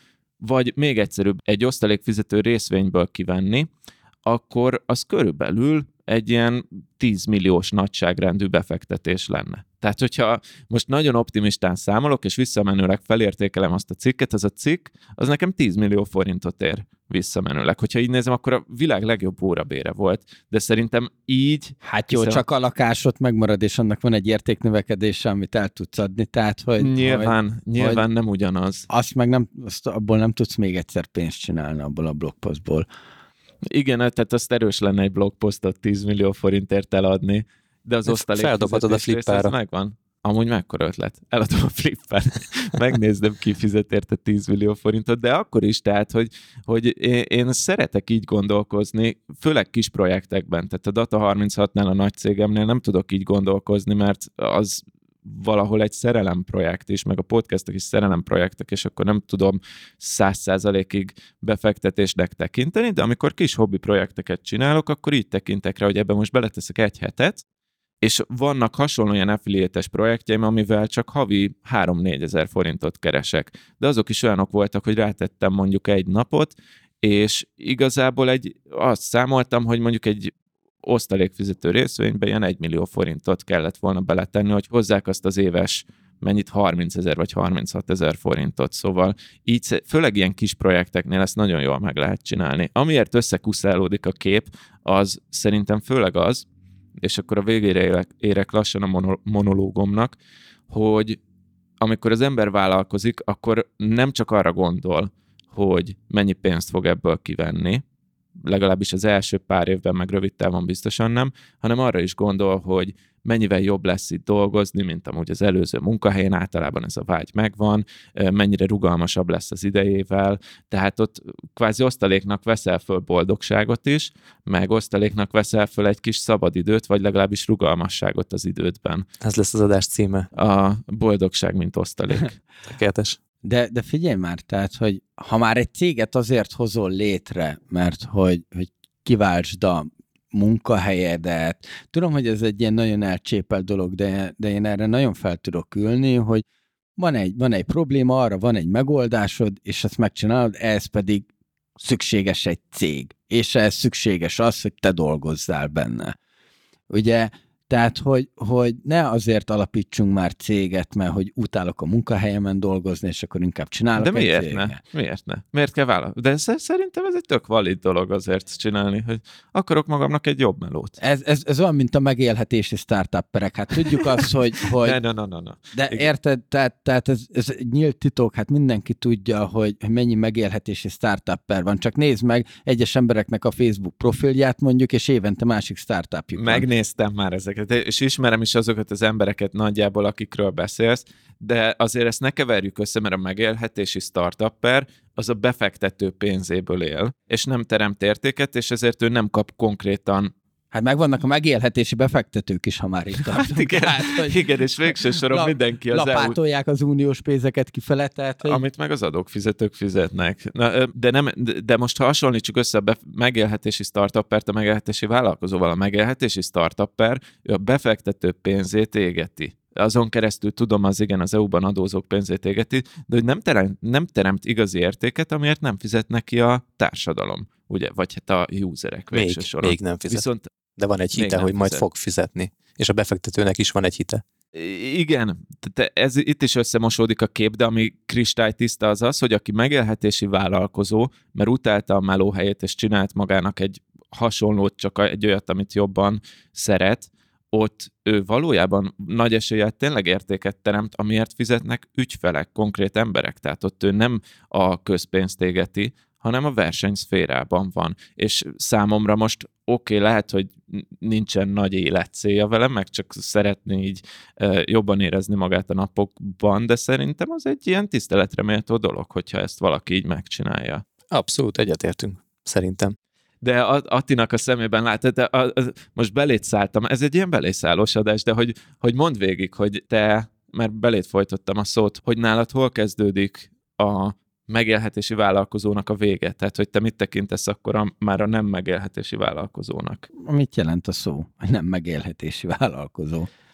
vagy még egyszerűbb egy osztalékfizető részvényből kivenni, akkor az körülbelül egy ilyen tíz milliós nagyságrendű befektetés lenne. Tehát, hogyha most nagyon optimistán számolok, és visszamenőleg felértékelem azt a cikket, az a cikk, az nekem tíz millió forintot ér visszamenőleg. Hogyha így nézem, akkor a világ legjobb órabére volt, de szerintem így... Hát jó, hiszen... csak a lakásod megmarad, és annak van egy értéknövekedése, amit el tudsz adni, tehát, hogy... Nyilván, hogy, nyilván hogy nem ugyanaz. Azt meg nem, azt abból nem tudsz még egyszer pénzt csinálni, abból a blogpostból. Igen, tehát azt erős lenne egy blogposztot tíz millió forintért eladni, de az osztalékfizetés a Flippára. Megvan. Amúgy mekkora ötlet? Eladom a Flippán. Megnézem, ki fizet érte tíz millió forintot, de akkor is, tehát, hogy, hogy én, én szeretek így gondolkozni, főleg kis projektekben. Tehát a Data harminchatnál, a nagy cégemnél nem tudok így gondolkozni, mert az valahol egy szerelemprojekt is, meg a podcastok is szerelemprojektek, és akkor nem tudom száz százalékig befektetésnek tekinteni, de amikor kis hobbi projekteket csinálok, akkor így tekintek rá, hogy ebben most beleteszek egy hetet, és vannak hasonló ilyen affiliate-es projektjeim, amivel csak havi három-négyezer forintot keresek. De azok is olyanok voltak, hogy rátettem mondjuk egy napot, és igazából egy, azt számoltam, hogy mondjuk egy osztalékfizető részvényben ilyen egy millió forintot kellett volna beletenni, hogy hozzák azt az éves mennyit, harmincezer vagy harminchatezer forintot. Szóval így, főleg ilyen kis projekteknél ezt nagyon jól meg lehet csinálni. Amiért összekuszálódik a kép, az szerintem főleg az, és akkor a végére érek, érek lassan a monológomnak, hogy amikor az ember vállalkozik, akkor nem csak arra gondol, hogy mennyi pénzt fog ebből kivenni, legalábbis az első pár évben, meg rövid távon biztosan nem, hanem arra is gondol, hogy mennyivel jobb lesz itt dolgozni, mint amúgy az előző munkahelyen, általában ez a vágy megvan, mennyire rugalmasabb lesz az idejével, tehát ott kvázi osztaléknak veszel föl boldogságot is, meg osztaléknak veszel föl egy kis szabadidőt, vagy legalábbis rugalmasságot az idődben. Ez lesz az adás címe. A boldogság, mint osztalék. Tökéletes. De, de figyelj már, tehát, hogy ha már egy céget azért hozol létre, mert hogy, hogy kiváltsd a munkahelyedet. Tudom, hogy ez egy ilyen nagyon elcsépelt dolog, de, de én erre nagyon fel tudok ülni, hogy van egy, van egy probléma, arra van egy megoldásod, és ezt megcsinálod, ez pedig szükséges egy cég, és ez szükséges az, hogy te dolgozzál benne. Ugye, tehát, hogy, hogy ne azért alapítsunk már céget, mert hogy utálok a munkahelyemen dolgozni, és akkor inkább csinálok De egy miért céget. ne? Miért ne? Miért kell vállalni? De szerintem ez egy tök valid dolog azért csinálni, hogy akarok magamnak egy jobb melót. Ez, ez, ez olyan, mint a megélhetési startupperek. Hát tudjuk azt, hogy... hogy ne, ne, ne, ne, ne. De igen. Érted? Tehát, tehát ez, ez nyílt titok, hát mindenki tudja, hogy mennyi megélhetési startupper van. Csak nézd meg egyes embereknek a Facebook profilját mondjuk, és évente másik startupjuk van. Megnéztem már ezeket, és ismerem is azokat az embereket nagyjából, akikről beszélsz, de azért ezt ne keverjük össze, mert a megélhetési startupper az a befektető pénzéből él, és nem teremt értéket, és ezért ő nem kap konkrétan. Hát megvannak a megélhetési befektetők is, ha már itt tartunk. Hát igen, hát, hogy igen, és végső soron la, mindenki az lapátolják az uniós pénzeket kifele, tehát, hogy... Amit meg az adófizetők fizetnek. Na, de, nem, de most ha hasonlítsuk össze a bef- megélhetési startuppert a megélhetési vállalkozóval, a megélhetési startupper, ő a befektető pénzét égeti. Azon keresztül tudom, az igen, az é u-ban adózók pénzét égeti, de hogy nem teremt, nem teremt igazi értéket, amiért nem fizet neki a társadalom, ugye? Vagy hát a userek végső még, soron. Még nem fizet. Viszont de van egy hite, hogy majd fizet. fog fizetni. És a befektetőnek is van egy hite. Igen, tehát ez itt is összemosódik a kép, de ami kristálytiszta az az, hogy aki megélhetési vállalkozó, mert utálta a melóhelyét, és csinált magának egy hasonlót, csak egy olyat, amit jobban szeret, ott ő valójában nagy eséllyel tényleg értéket teremt, amiért fizetnek ügyfelek, konkrét emberek. Tehát ott ő nem a közpénzt égeti, hanem a versenyszférában van. És számomra most oké, okay, lehet, hogy nincsen nagy életcélja vele, meg csak szeretné így e, jobban érezni magát a napokban, de szerintem az egy ilyen tiszteletre méltó dolog, hogyha ezt valaki így megcsinálja. Abszolút egyetértünk, szerintem. De Attinak a szemében látod, de a, a, most belét szálltam, ez egy ilyen belészállós adás, de hogy, hogy mondd végig, hogy te, mert belét folytottam a szót, hogy nálad hol kezdődik a megélhetési vállalkozónak a vége? Tehát, hogy te mit tekintesz akkor a, már a nem megélhetési vállalkozónak? Mit jelent a szó? Nem megélhetési vállalkozó.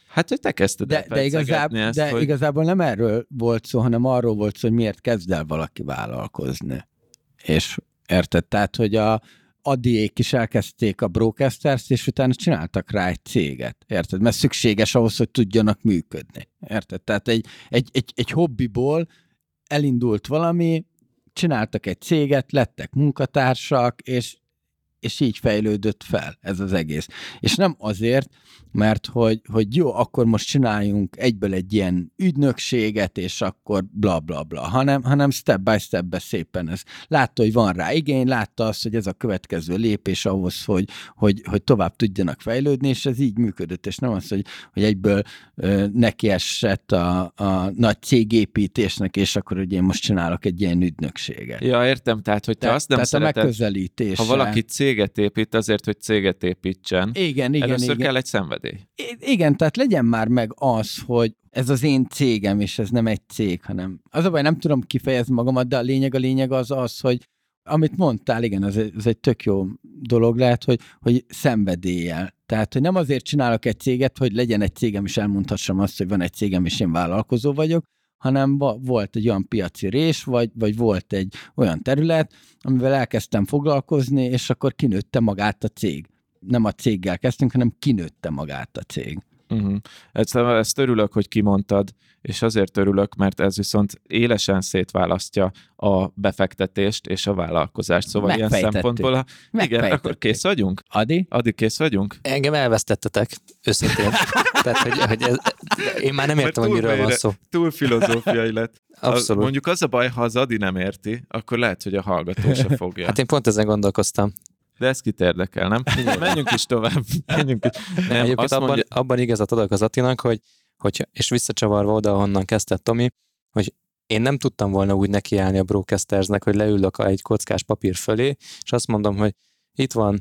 Hát, hogy te kezdted de, de, igazából, ezt, de hogy... igazából nem erről volt szó, hanem arról volt szó, hogy miért kezd el valaki vállalkozni. És érted? Tehát, hogy a Adiék is elkezdték a Brocasters, és utána csináltak rá egy céget. Érted? Mert szükséges ahhoz, hogy tudjanak működni. Érted? Tehát egy, egy, egy, egy hobbiból elindult valami, csináltak egy céget, lettek munkatársak, és, és így fejlődött fel ez az egész. És nem azért, mert hogy, hogy jó, akkor most csináljunk egyből egy ilyen ügynökséget, és akkor bla bla bla, hanem, hanem step by step szépen ez. Látta, hogy van rá igény, látta azt, hogy ez a következő lépés ahhoz, hogy, hogy, hogy tovább tudjanak fejlődni, és ez így működött, és nem az, hogy, hogy egyből ö, nekiesett a, a nagy cégépítésnek, és akkor, hogy én most csinálok egy ilyen ügynökséget. Ja, értem, tehát, hogy te Te, azt nem tehát szereted, a megközelítése. ha valaki céget épít azért, hogy céget építsen, igen, igen, először igen. kell egy szenvedély. I- igen, tehát legyen már meg az, hogy ez az én cégem, és ez nem egy cég, hanem az a baj, nem tudom kifejezni magamat, de a lényeg, a lényeg az az, hogy amit mondtál, igen, ez egy, ez egy tök jó dolog lehet, hogy, hogy szenvedéllyel. Tehát, hogy nem azért csinálok egy céget, hogy legyen egy cégem, és elmondhassam azt, hogy van egy cégem, és én vállalkozó vagyok, hanem volt egy olyan piaci rés, vagy, vagy volt egy olyan terület, amivel elkezdtem foglalkozni, és akkor kinőtte magát a cég. Nem a céggel kezdtünk, hanem kinőtte magát a cég. Uh-huh. Ezt, ezt örülök, hogy kimondtad, és azért örülök, mert ez viszont élesen szétválasztja a befektetést és a vállalkozást. Szóval ilyen szempontból... A... Igen, akkor kész vagyunk? Adi? Adi, kész vagyunk? Engem elvesztettetek, őszintén. Tehát, hogy, hogy ez, én már nem értem, hogy miről van szó. Túl filozófiai lett. Abszolút. A, mondjuk az a baj, ha az Adi nem érti, akkor lehet, hogy a hallgató se fogja. Hát én pont ezen gondolkoztam. De ez kit érdekel, nem? Menjünk is tovább. Menjünk is. Nem, Egyébként abban, mondja... abban igazat adok az Attinak, hogy, hogy, és visszacsavarva oda, ahonnan kezdett Tomi, hogy én nem tudtam volna úgy nekiállni a Brocastersnek, hogy leülök egy kockás papír fölé, és azt mondom, hogy itt van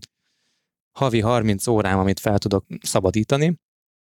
havi harminc órám, amit fel tudok szabadítani,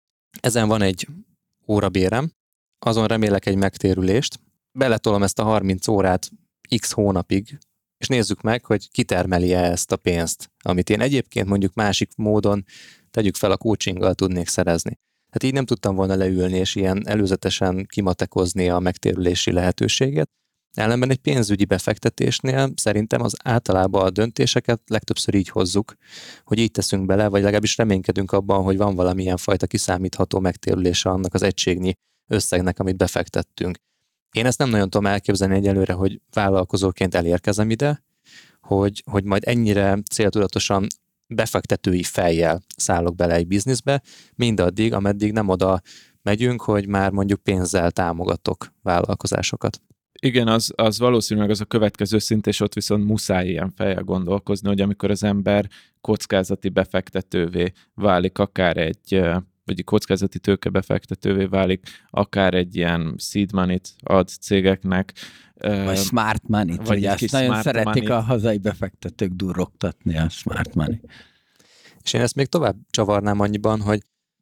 ezen van egy órabérem, azon remélek egy megtérülést, beletolom ezt a harminc órát x hónapig, és nézzük meg, hogy kitermeli-e ezt a pénzt, amit én egyébként mondjuk másik módon, tegyük fel, a coachinggal tudnék szerezni. Hát így nem tudtam volna leülni, és ilyen előzetesen kimatekozni a megtérülési lehetőséget. Ellenben egy pénzügyi befektetésnél szerintem az általában a döntéseket legtöbbször így hozzuk, hogy így teszünk bele, vagy legalábbis reménykedünk abban, hogy van valamilyen fajta kiszámítható megtérülése annak az egységnyi összegnek, amit befektettünk. Én ezt nem nagyon tudom elképzelni egyelőre, hogy vállalkozóként elérkezem ide, hogy, hogy majd ennyire céltudatosan befektetői fejjel szállok bele egy bizniszbe, mindaddig, ameddig nem oda megyünk, hogy már mondjuk pénzzel támogatok vállalkozásokat. Igen, az, az valószínűleg az a következő szint, és ott viszont muszáj ilyen fejjel gondolkozni, hogy amikor az ember kockázati befektetővé válik, akár egy vagy kockázati tőkebefektetővé válik, akár egy ilyen seed money-t ad cégeknek. Vagy smart money-t, vagy azt nagyon szeretik money. A hazai befektetők durrogtatni a smart money. És én ezt még tovább csavarnám annyiban, hogy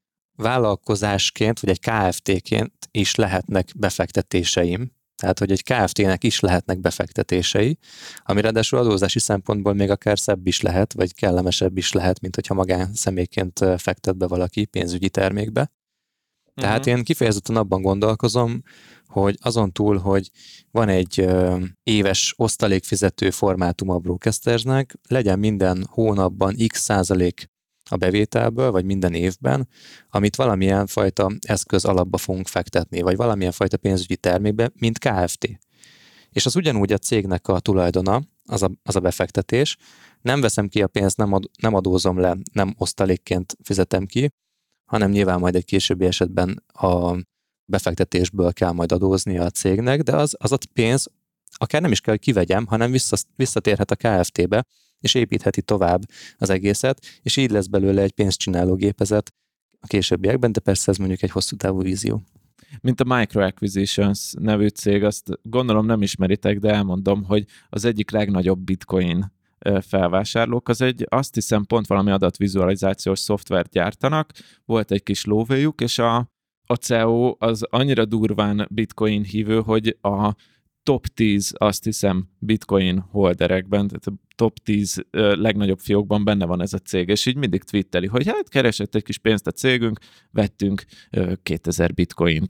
vállalkozásként, vagy egy ká ef té-ként is lehetnek befektetéseim, tehát, hogy egy ká ef té-nek is lehetnek befektetései, ami ráadásul adózási szempontból még akár szebb is lehet, vagy kellemesebb is lehet, mint hogyha magánszemélyként fektet be valaki pénzügyi termékbe. Tehát uh-huh. én kifejezetten abban gondolkozom, hogy azon túl, hogy van egy ö, éves osztalékfizető formátum a Brocastersnek, legyen minden hónapban x százalék a bevételből, vagy minden évben, amit valamilyen fajta eszköz alapba fogunk fektetni, vagy valamilyen fajta pénzügyi termékbe, mint ká ef té. És az ugyanúgy a cégnek a tulajdona, az a, az a befektetés. Nem veszem ki a pénzt, nem, ad, nem adózom le, nem osztalékként fizetem ki, hanem nyilván majd egy későbbi esetben a befektetésből kell majd adózni a cégnek, de az, az a pénz akár nem is kell, hogy kivegyem, hanem vissza, visszatérhet a ká ef té-be, és építheti tovább az egészet, és így lesz belőle egy pénzcsináló gépezet a későbbiekben, de persze ez mondjuk egy hosszú távú vízió. Mint a Microacquisitions nevű cég, azt gondolom nem ismeritek, de elmondom, hogy az egyik legnagyobb bitcoin felvásárlók, az egy, azt hiszem, pont valami adatvizualizációs szoftvert gyártanak, volt egy kis lóvéjuk, és a, a cé e o az annyira durván bitcoin hívő, hogy a top tíz, azt hiszem, bitcoin holderekben, tehát a top tíz legnagyobb fiókban benne van ez a cég, és így mindig twitteli, hogy hát keresett egy kis pénzt a cégünk, vettünk kétezer bitcoint.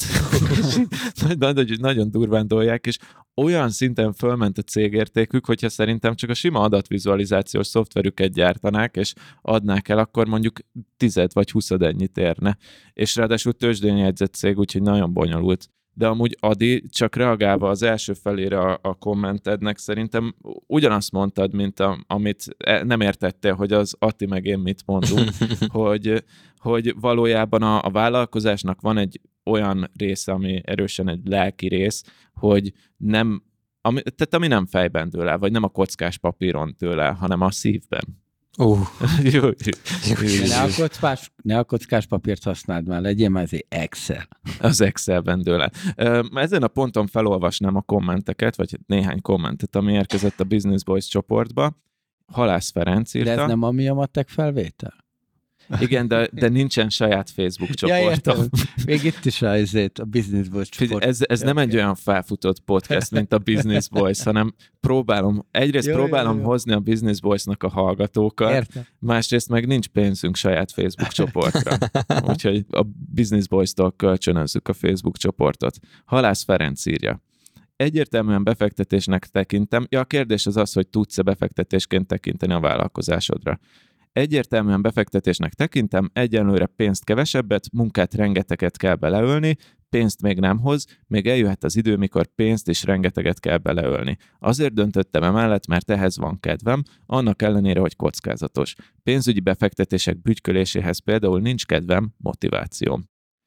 nagyon, nagyon durván dolják, és olyan szinten fölment a cégértékük, hogyha szerintem csak a sima adatvizualizációs szoftverüket gyártanák, és adnák el, akkor mondjuk tized vagy huszad ennyit érne. És ráadásul tőzsdén jegyzett cég, úgyhogy nagyon bonyolult. De amúgy Adi, csak reagálva az első felére a, a kommentednek, szerintem ugyanazt mondtad, mint a, amit nem értettél, hogy az Ati meg én mit mondunk, hogy, hogy valójában a, a vállalkozásnak van egy olyan része, ami erősen egy lelki rész, hogy nem, ami, tehát ami nem fejben dől el, vagy nem a kockás papíron dől el, hanem a szívben. Uh. jó, jó, jó. Ne, a kockás, ne a kockás papírt használd már, legyél már azért Excel. Az Excelben dől el. Ezen a ponton felolvasnám a kommenteket, vagy néhány kommentet, ami érkezett a Business Boys csoportba. Halász Ferenc írta. De ez nem a Mi a Matek felvétel? Igen, de, de nincsen saját Facebook csoportom. Ja, még itt is azért a Business Boys csoport. Ez, ez nem egy olyan felfutott podcast, mint a Business Boys, hanem próbálom, egyrészt jó, próbálom jó, jó. hozni a Business Boysnak a hallgatókat, értem. Másrészt meg nincs pénzünk saját Facebook csoportra. Úgyhogy a Business Boys-tól kölcsönözzük a Facebook csoportot. Halász Ferenc írja. Egyértelműen befektetésnek tekintem. Ja, a kérdés az az, hogy tudsz-e befektetésként tekinteni a vállalkozásodra. Egyértelműen befektetésnek tekintem, egyenlőre pénzt kevesebbet, munkát rengeteget kell beleölni, pénzt még nem hoz, még eljöhet az idő, mikor pénzt is rengeteget kell beleölni. Azért döntöttem emellett, mert ehhez van kedvem, annak ellenére, hogy kockázatos. Pénzügyi befektetések bütyköléséhez például nincs kedvem, motivációm.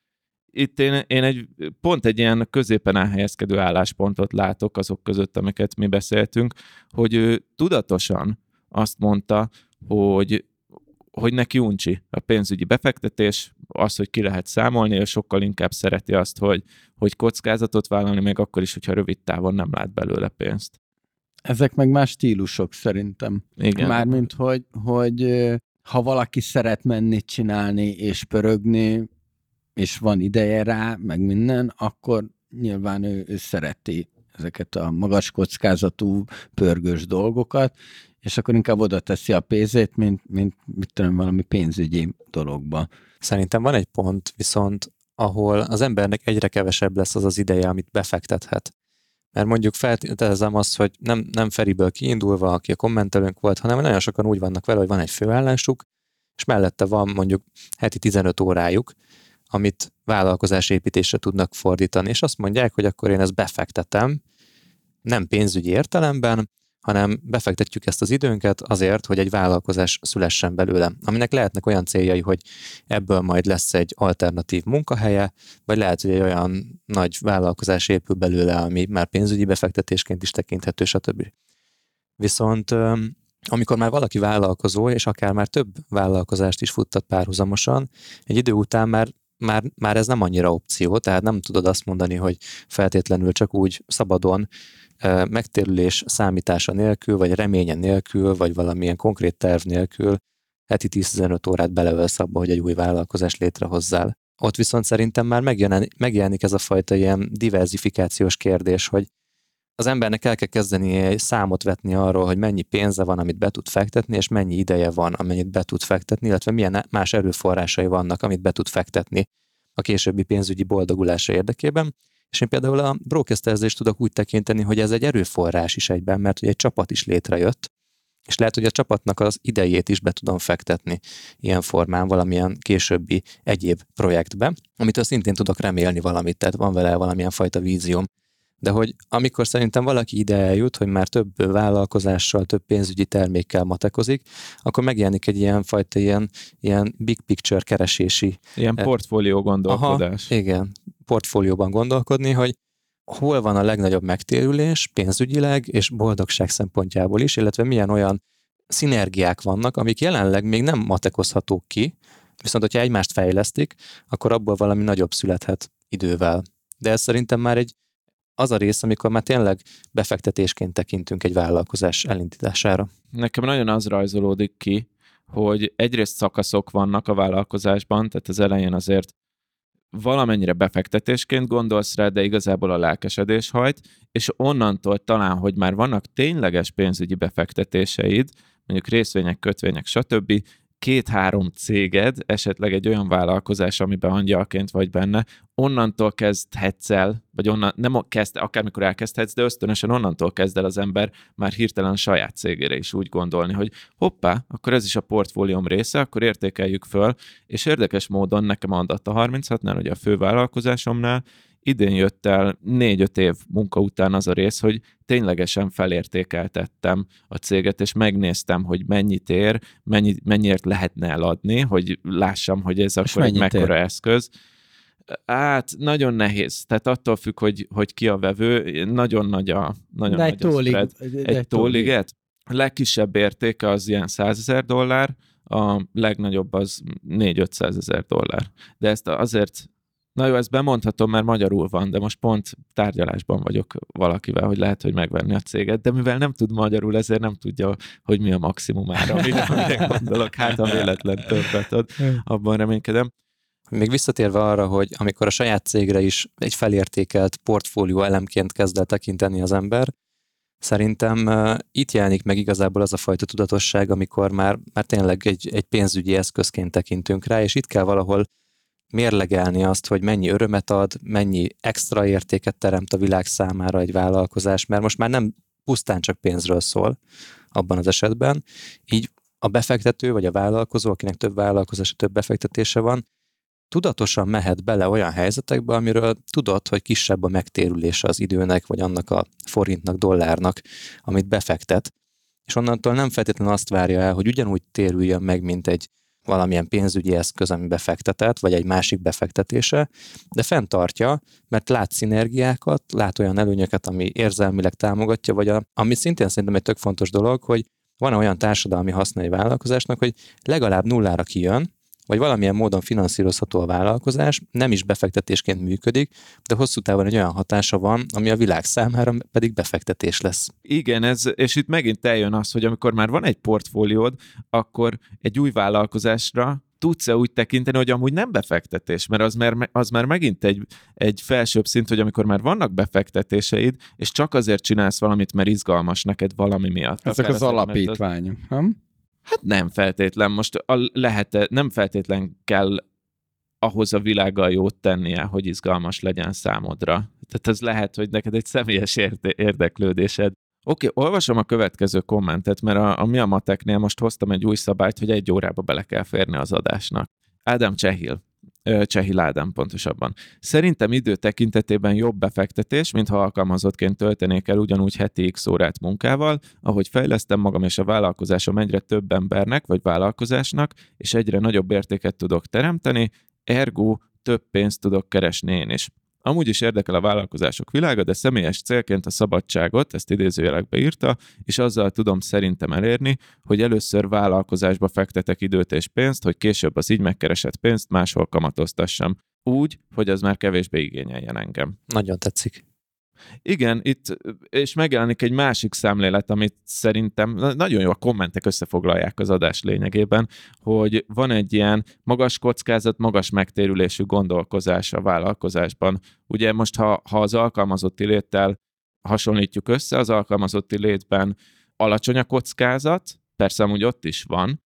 Itt én, én egy, pont egy ilyen középen elhelyezkedő álláspontot látok azok között, amiket mi beszéltünk, hogy ő tudatosan azt mondta, hogy hogy neki uncsi a pénzügyi befektetés, az, hogy ki lehet számolni, és sokkal inkább szereti azt, hogy, hogy kockázatot vállalni, még akkor is, hogyha rövid távon nem lát belőle pénzt. Ezek meg más stílusok szerintem. Igen. Mármint, hogy, hogy ha valaki szeret menni, csinálni és pörögni, és van ideje rá, meg minden, akkor nyilván ő, ő szereti ezeket a magas kockázatú, pörgős dolgokat, és akkor inkább oda teszi a pénzét, mint, mint mit tudom, valami pénzügyi dologba. Szerintem van egy pont viszont, ahol az embernek egyre kevesebb lesz az az ideje, amit befektethet. Mert mondjuk feltételezem azt, hogy nem, nem Feriből kiindulva, aki a kommentelőnk volt, hanem nagyon sokan úgy vannak vele, hogy van egy főállásuk, és mellette van mondjuk heti tizenöt órájuk, amit vállalkozásépítésre tudnak fordítani, és azt mondják, hogy akkor én ezt befektetem, nem pénzügyi értelemben, hanem befektetjük ezt az időnket azért, hogy egy vállalkozás szülessen belőle, aminek lehetnek olyan céljai, hogy ebből majd lesz egy alternatív munkahelye, vagy lehet, hogy egy olyan nagy vállalkozás épül belőle, ami már pénzügyi befektetésként is tekinthető, stb. Viszont amikor már valaki vállalkozó, és akár már több vállalkozást is futtat párhuzamosan, egy idő után már Már, már ez nem annyira opció, tehát nem tudod azt mondani, hogy feltétlenül csak úgy szabadon megtérülés számítása nélkül, vagy reménye nélkül, vagy valamilyen konkrét terv nélkül heti tíz-tizenöt órát beleölsz abba, hogy egy új vállalkozást létrehozzál. Ott viszont szerintem már megjelenik ez a fajta ilyen diverzifikációs kérdés, hogy az embernek el kell kezdeni egy számot vetni arról, hogy mennyi pénze van, amit be tud fektetni, és mennyi ideje van, amennyit be tud fektetni, illetve milyen más erőforrásai vannak, amit be tud fektetni a későbbi pénzügyi boldogulása érdekében. És én például a broadcasterezést tudok úgy tekinteni, hogy ez egy erőforrás is egyben, mert ugye egy csapat is létrejött, és lehet, hogy a csapatnak az idejét is be tudom fektetni ilyen formán valamilyen későbbi egyéb projektbe, amitől szintén tudok remélni valamit, tehát van vele valamilyen fajta vízióm. De hogy amikor szerintem valaki ide eljut, hogy már több vállalkozással, több pénzügyi termékkel matekozik, akkor megjelenik egy ilyen fajta ilyen, ilyen big picture keresési. Ilyen portfólió gondolkodás. Aha, igen, portfólióban gondolkodni, hogy hol van a legnagyobb megtérülés pénzügyileg és boldogság szempontjából is, illetve milyen olyan szinergiák vannak, amik jelenleg még nem matekozhatók ki, viszont hogyha egymást fejlesztik, akkor abból valami nagyobb születhet idővel. De ez szerintem már egy az a rész, amikor már tényleg befektetésként tekintünk egy vállalkozás elindítására. Nekem nagyon az rajzolódik ki, hogy egyrészt szakaszok vannak a vállalkozásban, tehát az elején azért valamennyire befektetésként gondolsz rá, de igazából a lelkesedés hajt, és onnantól talán, hogy már vannak tényleges pénzügyi befektetéseid, mondjuk részvények, kötvények, stb., két-három céged, esetleg egy olyan vállalkozás, amiben angyalként vagy benne, onnantól kezdhetsz el, vagy onnan, nem kezd, akármikor elkezdhetsz, de ösztönösen onnantól kezd el az ember már hirtelen a saját cégére is úgy gondolni, hogy hoppá, akkor ez is a portfólióm része, akkor értékeljük föl, és érdekes módon nekem adat a harminchatnál, ugye a fővállalkozásomnál, idén jött el négy-öt év munka után az a rész, hogy ténylegesen felértékeltettem a céget, és megnéztem, hogy mennyit ér, mennyi, mennyiért lehetne eladni, hogy lássam, hogy ez akkor egy mekkora ér? eszköz. Hát nagyon nehéz. Tehát attól függ, hogy, hogy ki a vevő. Nagyon nagy a, nagyon de nagy egy tólig, a Egy tóliget. A legkisebb értéke az ilyen százezer dollár, a legnagyobb az négy-ötszázezer dollár. De ezt azért... Na jó, ezt bemondhatom, mert magyarul van, de most pont tárgyalásban vagyok valakivel, hogy lehet, hogy megvenni a céget, de mivel nem tud magyarul, ezért nem tudja, hogy mi a maximumára, amire gondolok. Hát, ha véletlen többet ad, abban reménykedem. Még visszatérve arra, hogy amikor a saját cégre is egy felértékelt portfólió elemként kezd el tekinteni az ember, szerintem uh, itt jelenik meg igazából az a fajta tudatosság, amikor már, már tényleg egy, egy pénzügyi eszközként tekintünk rá, és itt kell valahol mérlegelni azt, hogy mennyi örömet ad, mennyi extra értéket teremt a világ számára egy vállalkozás, mert most már nem pusztán csak pénzről szól abban az esetben. Így a befektető vagy a vállalkozó, akinek több vállalkozása, több befektetése van, tudatosan mehet bele olyan helyzetekbe, amiről tudod, hogy kisebb a megtérülése az időnek, vagy annak a forintnak, dollárnak, amit befektet. És onnantól nem feltétlenül azt várja el, hogy ugyanúgy térüljön meg, mint egy valamilyen pénzügyi eszköz, ami befektetett, vagy egy másik befektetése, de fenntartja, mert lát szinergiákat, lát olyan előnyöket, ami érzelmileg támogatja, vagy a, ami szintén szerintem egy tök fontos dolog, hogy van olyan társadalmi haszna egy vállalkozásnak, hogy legalább nullára kijön, vagy valamilyen módon finanszírozható a vállalkozás, nem is befektetésként működik, de hosszú távon egy olyan hatása van, ami a világ számára pedig befektetés lesz. Igen, ez, és itt megint eljön az, hogy amikor már van egy portfóliód, akkor egy új vállalkozásra tudsz-e úgy tekinteni, hogy amúgy nem befektetés, mert az már, az már megint egy, egy felsőbb szint, hogy amikor már vannak befektetéseid, és csak azért csinálsz valamit, mert izgalmas neked valami miatt. Ezek az alapítványok, nem? Hát nem feltétlen. Most a, lehet, nem feltétlen kell ahhoz a világgal jót tennie, hogy izgalmas legyen számodra. Tehát ez lehet, hogy neked egy személyes érde- érdeklődésed. Oké, okay, olvasom a következő kommentet, mert a, a Mi a Mateknél most hoztam egy új szabályt, hogy egy órába bele kell férni az adásnak. Ádám Csehil. Csehil Ádám pontosabban. Szerintem idő tekintetében jobb befektetés, mintha alkalmazottként töltenék el ugyanúgy heti x órát munkával, ahogy fejlesztem magam és a vállalkozásom egyre több embernek vagy vállalkozásnak, és egyre nagyobb értéket tudok teremteni, ergo több pénzt tudok keresni én is. Amúgy is érdekel a vállalkozások világa, de személyes célként a szabadságot, ezt idézőjelekbe írta, és azzal tudom szerintem elérni, hogy először vállalkozásba fektetek időt és pénzt, hogy később az így megkeresett pénzt máshol kamatoztassam. Úgy, hogy az már kevésbé igényeljen engem. Nagyon tetszik. Igen, itt, és megjelenik egy másik szemlélet, amit szerintem nagyon jó, a kommentek összefoglalják az adás lényegében, hogy van egy ilyen magas kockázat, magas megtérülésű gondolkozás a vállalkozásban. Ugye most, ha, ha az alkalmazotti léttel hasonlítjuk össze, az alkalmazotti létben alacsony a kockázat, persze amúgy ott is van,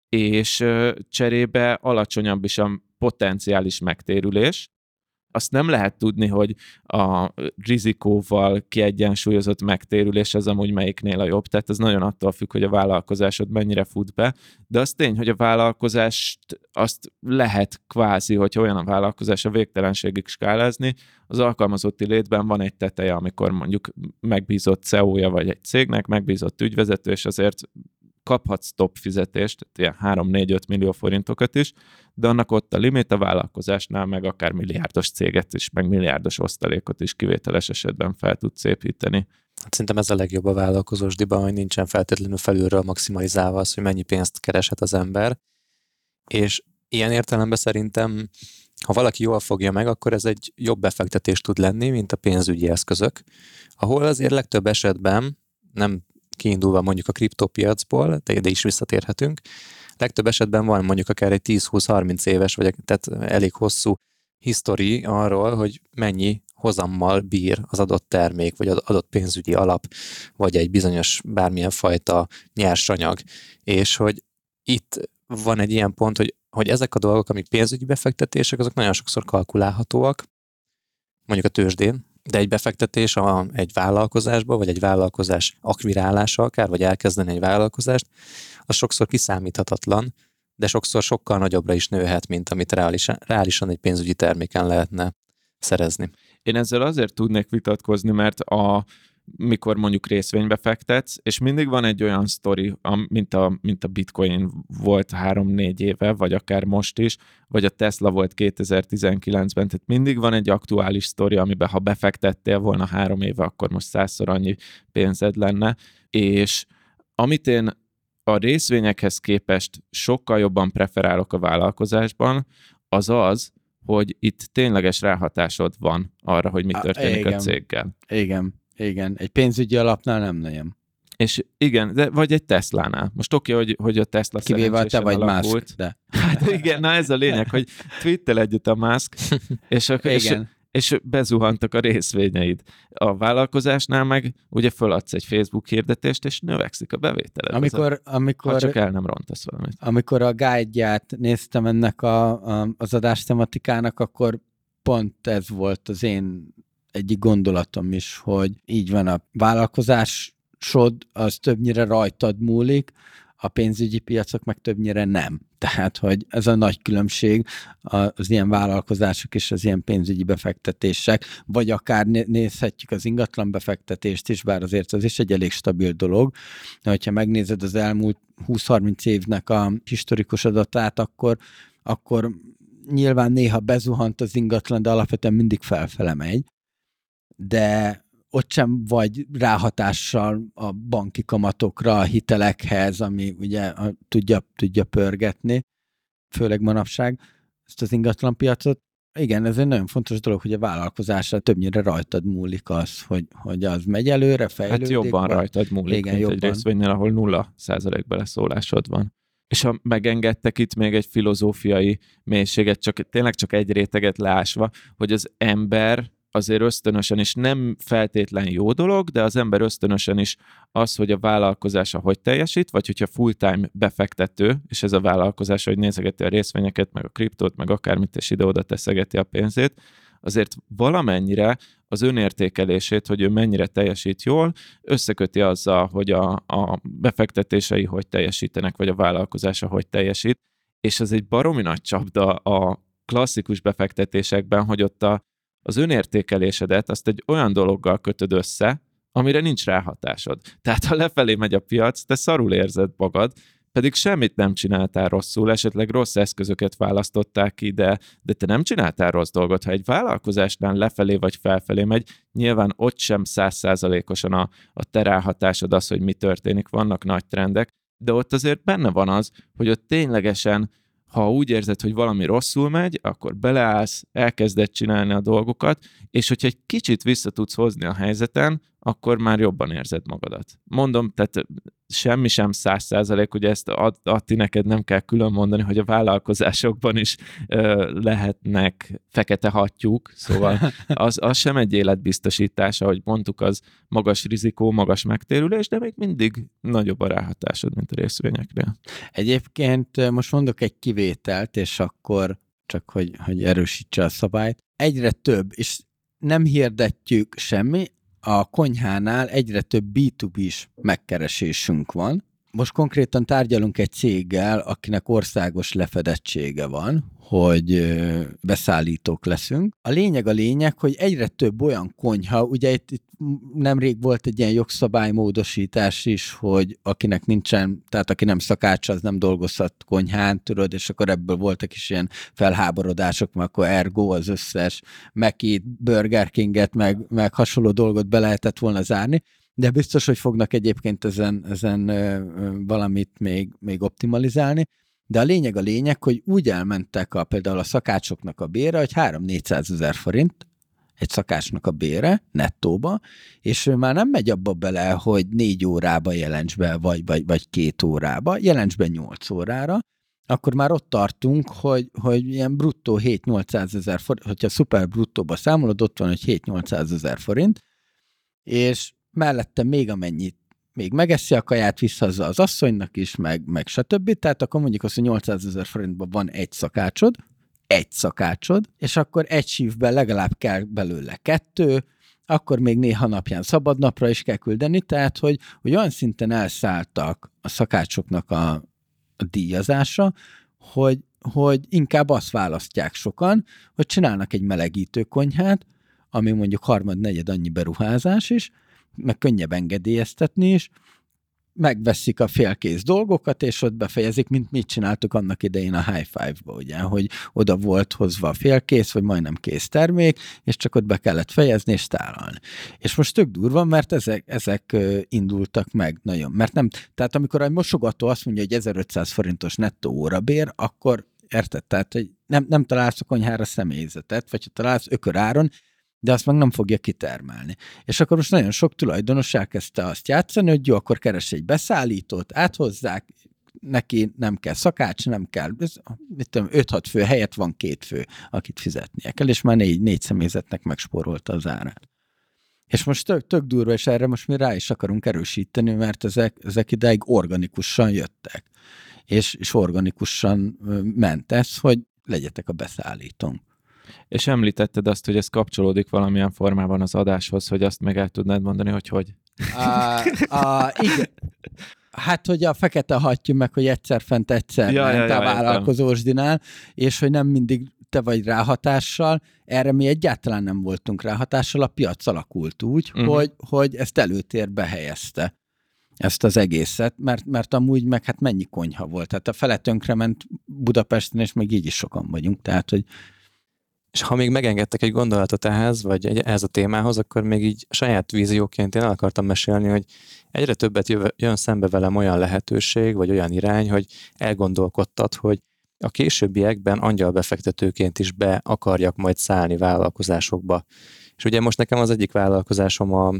és cserébe alacsonyabb is a potenciális megtérülés. Azt nem lehet tudni, hogy a rizikóval kiegyensúlyozott megtérülés az amúgy melyiknél a jobb, tehát ez nagyon attól függ, hogy a vállalkozásod mennyire fut be, de az tény, hogy a vállalkozást azt lehet kvázi, hogyha olyan a vállalkozás a végtelenségig skálázni, az alkalmazotti létben van egy teteje, amikor mondjuk megbízott cé e ó-ja vagy egy cégnek, megbízott ügyvezető, és azért kaphatsz top fizetést, ilyen három-négy-öt millió forintokat is, de annak ott a limit, a vállalkozásnál meg akár milliárdos céget is, meg milliárdos osztalékot is kivételes esetben fel tudsz építeni. Hát szerintem ez a legjobb a vállalkozósdiban, hogy nincsen feltétlenül felülről maximalizálva az, hogy mennyi pénzt kereshet az ember, és ilyen értelemben szerintem, ha valaki jól fogja meg, akkor ez egy jobb befektetés tud lenni, mint a pénzügyi eszközök, ahol azért legtöbb esetben nem kiindulva mondjuk a kriptopiacból, de ide is visszatérhetünk. Legtöbb esetben van mondjuk akár egy tíz-húsz-harminc éves, vagy tehát elég hosszú history arról, hogy mennyi hozammal bír az adott termék, vagy az adott pénzügyi alap, vagy egy bizonyos bármilyen fajta nyersanyag. És hogy itt van egy ilyen pont, hogy, hogy ezek a dolgok, amik pénzügyi befektetések, azok nagyon sokszor kalkulálhatóak, mondjuk a tőzsdén, de egy befektetés a, egy vállalkozásba, vagy egy vállalkozás akvirálása akár, vagy elkezdeni egy vállalkozást, az sokszor kiszámíthatatlan, de sokszor sokkal nagyobbra is nőhet, mint amit reálisan, reálisan egy pénzügyi terméken lehetne szerezni. Én ezzel azért tudnék vitatkozni, mert a, mikor mondjuk részvénybe fektetsz, és mindig van egy olyan sztori, mint a, mint a Bitcoin volt három-négy éve, vagy akár most is, vagy a Tesla volt kétezer-tizenkilencben, tehát mindig van egy aktuális sztori, amiben ha befektettél volna három éve, akkor most százszor annyi pénzed lenne, és amit én a részvényekhez képest sokkal jobban preferálok a vállalkozásban, az az, hogy itt tényleges ráhatásod van arra, hogy mi történik a, a céggel. Igen, igen. Egy pénzügyi alapnál nem nagyon. És igen, de vagy egy Teslánál. Most oké, hogy, hogy a Tesla kivéve te vagy alakult. Musk, de. Hát igen, na ez a lényeg, hogy tweettel együtt a Musk, és, a, és, és bezuhantak a részvényeid. A vállalkozásnál meg ugye föladsz egy Facebook hirdetést, és növekszik a bevételed. Amikor, a, amikor, ha csak el nem rontasz valamit. Amikor a guide-ját néztem ennek a, a, az adás tematikának, akkor pont ez volt az én egyik gondolatom is, hogy így van, a vállalkozásod az többnyire rajtad múlik, a pénzügyi piacok meg többnyire nem. Tehát, hogy ez a nagy különbség az ilyen vállalkozások és az ilyen pénzügyi befektetések, vagy akár nézhetjük az ingatlan befektetést is, bár azért az is egy elég stabil dolog. De hogyha megnézed az elmúlt húsz-harminc évnek a historikus adatát, akkor, akkor nyilván néha bezuhant az ingatlan, de alapvetően mindig felfele megy. De ott sem vagy ráhatással a banki kamatokra, a hitelekhez, ami ugye a, tudja, tudja pörgetni, főleg manapság ezt az ingatlanpiacot. Igen, ez egy nagyon fontos dolog, hogy a vállalkozásra többnyire rajtad múlik az, hogy, hogy az megy előre, fejlődik. Hát jobban vagy, rajtad múlik, igen, mint jobban. Egy részvénynél, ahol nulla százalék beleszólásod van. És ha megengedtek itt még egy filozófiai mélységet, csak, tényleg csak egy réteget leásva, hogy az ember azért ösztönösen is nem feltétlen jó dolog, de az ember ösztönösen is az, hogy a vállalkozása hogy teljesít, vagy hogyha full-time befektető, és ez a vállalkozás, hogy nézegeti a részvényeket, meg a kriptót, meg akármit, és ide-oda teszegeti a pénzét, azért valamennyire az önértékelését, hogy ő mennyire teljesít jól, összeköti azzal, hogy a, a befektetései hogy teljesítenek, vagy a vállalkozása hogy teljesít, és ez egy baromi nagy csapda a klasszikus befektetésekben, hogy ott a az önértékelésedet azt egy olyan dologgal kötöd össze, amire nincs ráhatásod. Tehát ha lefelé megy a piac, te szarul érzed magad, pedig semmit nem csináltál rosszul, esetleg rossz eszközöket választották ki, de, de te nem csináltál rossz dolgot. Ha egy vállalkozásnál lefelé vagy felfelé megy, nyilván ott sem száz százalékosan a, a te ráhatásod az, hogy mi történik, vannak nagy trendek, de ott azért benne van az, hogy ott ténylegesen ha úgy érzed, hogy valami rosszul megy, akkor beleállsz, elkezded csinálni a dolgokat, és hogyha egy kicsit vissza tudsz hozni a helyzeten, akkor már jobban érzed magadat. Mondom, tehát semmi sem száz százalék, ugye ezt Atti, neked nem kell külön mondani, hogy a vállalkozásokban is ö, lehetnek fekete hattyúk, szóval az, az sem egy életbiztosítás, ahogy mondtuk, az magas rizikó, magas megtérülés, de még mindig nagyobb a ráhatásod, mint a részvényeknél. Egyébként most mondok egy kivételt, és akkor csak, hogy, hogy erősítse a szabályt. Egyre több, és nem hirdetjük semmi, a konyhánál egyre több bé kettő bé-s megkeresésünk van. Most konkrétan tárgyalunk egy céggel, akinek országos lefedettsége van, hogy beszállítók leszünk. A lényeg a lényeg, hogy egyre több olyan konyha, ugye itt, itt nemrég volt egy ilyen jogszabálymódosítás is, hogy akinek nincsen, tehát aki nem szakács, az nem dolgozhat konyhán, tudod, és akkor ebből voltak is ilyen felháborodások, mert akkor ergo az összes Mac-it, Burger Kinget, meg, meg hasonló dolgot be lehetett volna zárni, de biztos, hogy fognak egyébként ezen, ezen ö, ö, valamit még, még optimalizálni. De a lényeg a lényeg, hogy úgy elmentek a, például a szakácsoknak a bére, hogy három-négyszázezer forint egy szakácsnak a bére nettóba, és ő már nem megy abba bele, hogy négy órába jelents be, vagy, vagy, vagy két órába, jelents be nyolc órára, akkor már ott tartunk, hogy, hogy ilyen bruttó hét-nyolcszázezer forint, hogyha szuper bruttóba számolod, ott van, hogy hét-nyolcszázezer forint, és mellette még amennyit még megeszi a kaját, visszahozza az asszonynak is, meg, meg stb. Tehát akkor mondjuk azt, hogy nyolcszázezer forintban van egy szakácsod, egy szakácsod, és akkor egy sívben legalább kell belőle kettő, akkor még néha napján szabadnapra is kell küldeni, tehát hogy, hogy olyan szinten elszálltak a szakácsoknak a, a díjazása, hogy, hogy inkább azt választják sokan, hogy csinálnak egy melegítő konyhát, ami mondjuk harmad-negyed annyi beruházás is, meg könnyebb engedélyeztetni is, megveszik a félkész dolgokat, és ott befejezik, mint mit csináltuk annak idején a High Five-ba, ugye, hogy oda volt hozva a félkész, vagy majdnem kész termék, és csak ott be kellett fejezni és tálalni. És most tök durva, mert ezek, ezek indultak meg nagyon. Mert nem, tehát amikor egy mosogató azt mondja, hogy ezerötszáz forintos nettó órabér, akkor érted? Tehát, hogy nem, nem találsz a konyhára személyzetet, vagy ha találsz ököráron, de azt meg nem fogja kitermelni. És akkor most nagyon sok tulajdonos elkezdte azt játszani, hogy jó, akkor keres egy beszállítót, áthozzák, neki nem kell szakács, nem kell, mit tudom, öt-hat fő helyett van két fő, akit fizetnie kell, és már négy, négy személyzetnek megspórolta az árát. És most tök, tök durva, és erre most mi rá is akarunk erősíteni, mert ezek, ezek ideig organikusan jöttek. És, és organikusan ment ez, hogy legyetek a beszállítónk. És említetted azt, hogy ez kapcsolódik valamilyen formában az adáshoz, hogy azt meg el tudnád mondani, hogy hogy? A, a, igen. Hát, hogy a fekete hattyú meg, hogy egyszer fent, egyszer ja, ment ja, a ja, vállalkozósdinál, és hogy nem mindig te vagy ráhatással, erre mi egyáltalán nem voltunk ráhatással, a piac alakult úgy, uh-huh. hogy, hogy ezt előtérbe helyezte, ezt az egészet, mert, mert amúgy meg hát mennyi konyha volt, tehát a fele tönkrement Budapesten, és még így is sokan vagyunk, tehát, hogy És ha még megengedtek egy gondolatot ehhez, vagy egy, ehhez a témához, akkor még így saját vízióként én el akartam mesélni, hogy egyre többet jöv, jön szembe velem olyan lehetőség, vagy olyan irány, hogy elgondolkodtat, hogy a későbbiekben angyalbefektetőként is be akarjak majd szállni vállalkozásokba. És ugye most nekem az egyik vállalkozásom a,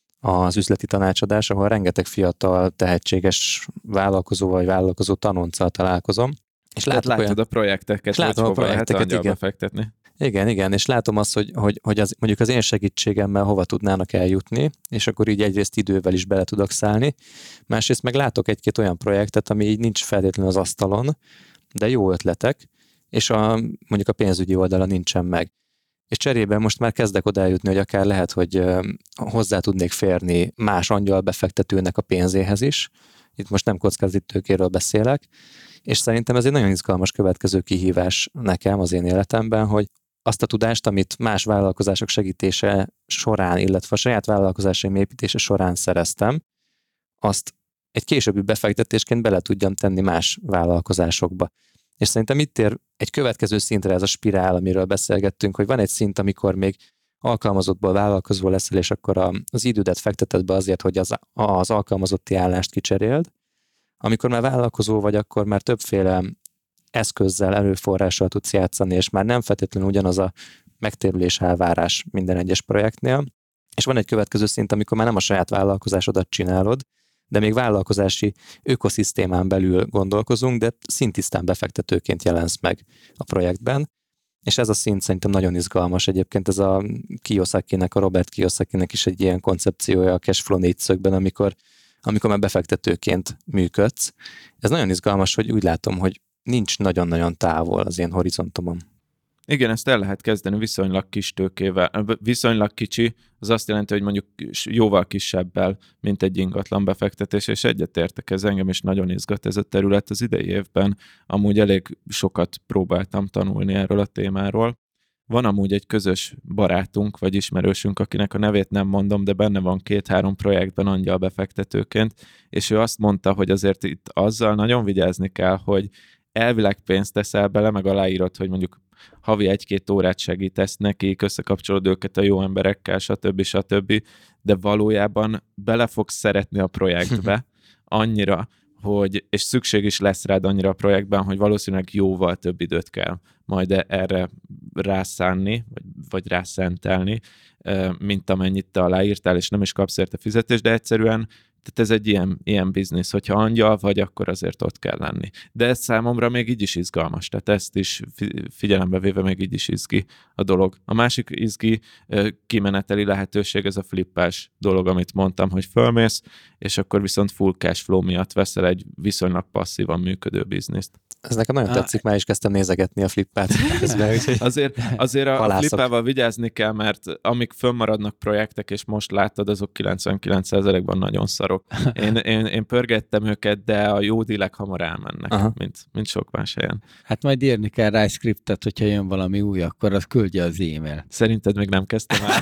az üzleti tanácsadás, ahol rengeteg fiatal, tehetséges vállalkozó vagy vállalkozó tanonccal találkozom. És látod olyan... a projekteket, hogy hova lehet angyalbefektetni. Igen, igen, és látom azt, hogy, hogy, hogy az, mondjuk az én segítségemmel hova tudnának eljutni, és akkor így egyrészt idővel is bele tudok szállni, másrészt meg látok egy-két olyan projektet, ami így nincs feltétlenül az asztalon, de jó ötletek, és a, mondjuk a pénzügyi oldala nincsen meg. És cserében most már kezdek oda eljutni, hogy akár lehet, hogy hozzá tudnék férni más angyalbefektetőnek a pénzéhez is, itt most nem kockázatitőkéről beszélek, és szerintem ez egy nagyon izgalmas következő kihívás nekem az én életemben, hogy azt a tudást, amit más vállalkozások segítése során, illetve a saját vállalkozásaim építése során szereztem, azt egy későbbi befektetésként bele tudjam tenni más vállalkozásokba. És szerintem itt ér egy következő szintre ez a spirál, amiről beszélgettünk, hogy van egy szint, amikor még alkalmazottból vállalkozó leszel, és akkor az idődet fekteted be azért, hogy az, az alkalmazotti állást kicseréld. Amikor már vállalkozó vagy, akkor már többféle eszközzel, erőforrással tudsz játszani, és már nem feltétlenül ugyanaz a megtérülés elvárás minden egyes projektnél. És van egy következő szint, amikor már nem a saját vállalkozásodat csinálod, de még vállalkozási ökoszisztémán belül gondolkozunk, de szintisztán befektetőként jelensz meg a projektben. És ez a szint szerintem nagyon izgalmas. Egyébként ez a Kiyosakinek, a Robert Kiyosakinek is egy ilyen koncepciója a cashflow négyszögben, amikor, amikor már befektetőként működsz. Ez nagyon izgalmas, hogy úgy látom, hogy nincs nagyon-nagyon távol az én horizontomon. Igen, ezt el lehet kezdeni viszonylag kis tőkével. Viszonylag kicsi, az azt jelenti, hogy mondjuk jóval kisebbel, mint egy ingatlan befektetés, és egyetértek, ez engem is nagyon izgat ez a terület az idei évben. Amúgy elég sokat próbáltam tanulni erről a témáról. Van amúgy egy közös barátunk, vagy ismerősünk, akinek a nevét nem mondom, de benne van két-három projektben angyalbefektetőként, és ő azt mondta, hogy azért itt azzal nagyon vigyázni kell, hogy elvileg pénzt teszel bele, meg aláírod, hogy mondjuk havi egy-két órát segítesz nekik, összekapcsolod őket a jó emberekkel, stb. stb. De valójában bele fogsz szeretni a projektbe annyira, hogy, és szükség is lesz rád annyira a projektben, hogy valószínűleg jóval több időt kell majd erre rászánni, vagy, vagy rászentelni, mint amennyit te aláírtál, és nem is kapsz érte fizetést, de egyszerűen Tehát ez egy ilyen, ilyen biznisz, hogyha angyal vagy, akkor azért ott kell lenni. De ez számomra még így is izgalmas, tehát ezt is figyelembe véve még így is izgi a dolog. A másik izgi kimeneteli lehetőség, ez a flippás dolog, amit mondtam, hogy fölmész, és akkor viszont full cash flow miatt veszel egy viszonylag passzívan működő bizniszt. Ez nekem nagyon tetszik, már is kezdtem nézegetni a flippát. azért, azért a halászok. Flippával vigyázni kell, mert amik fönnmaradnak projektek, és most láttad, azok kilencvenkilenc százalékban nagyon szarok. Én, én, én pörgettem őket, de a jó dílek hamar elmennek, mint, mint sok más helyen. Hát majd írni kell rá scriptet, hogyha jön valami új, akkor az küldje az e-mail. Szerinted még nem kezdtem el?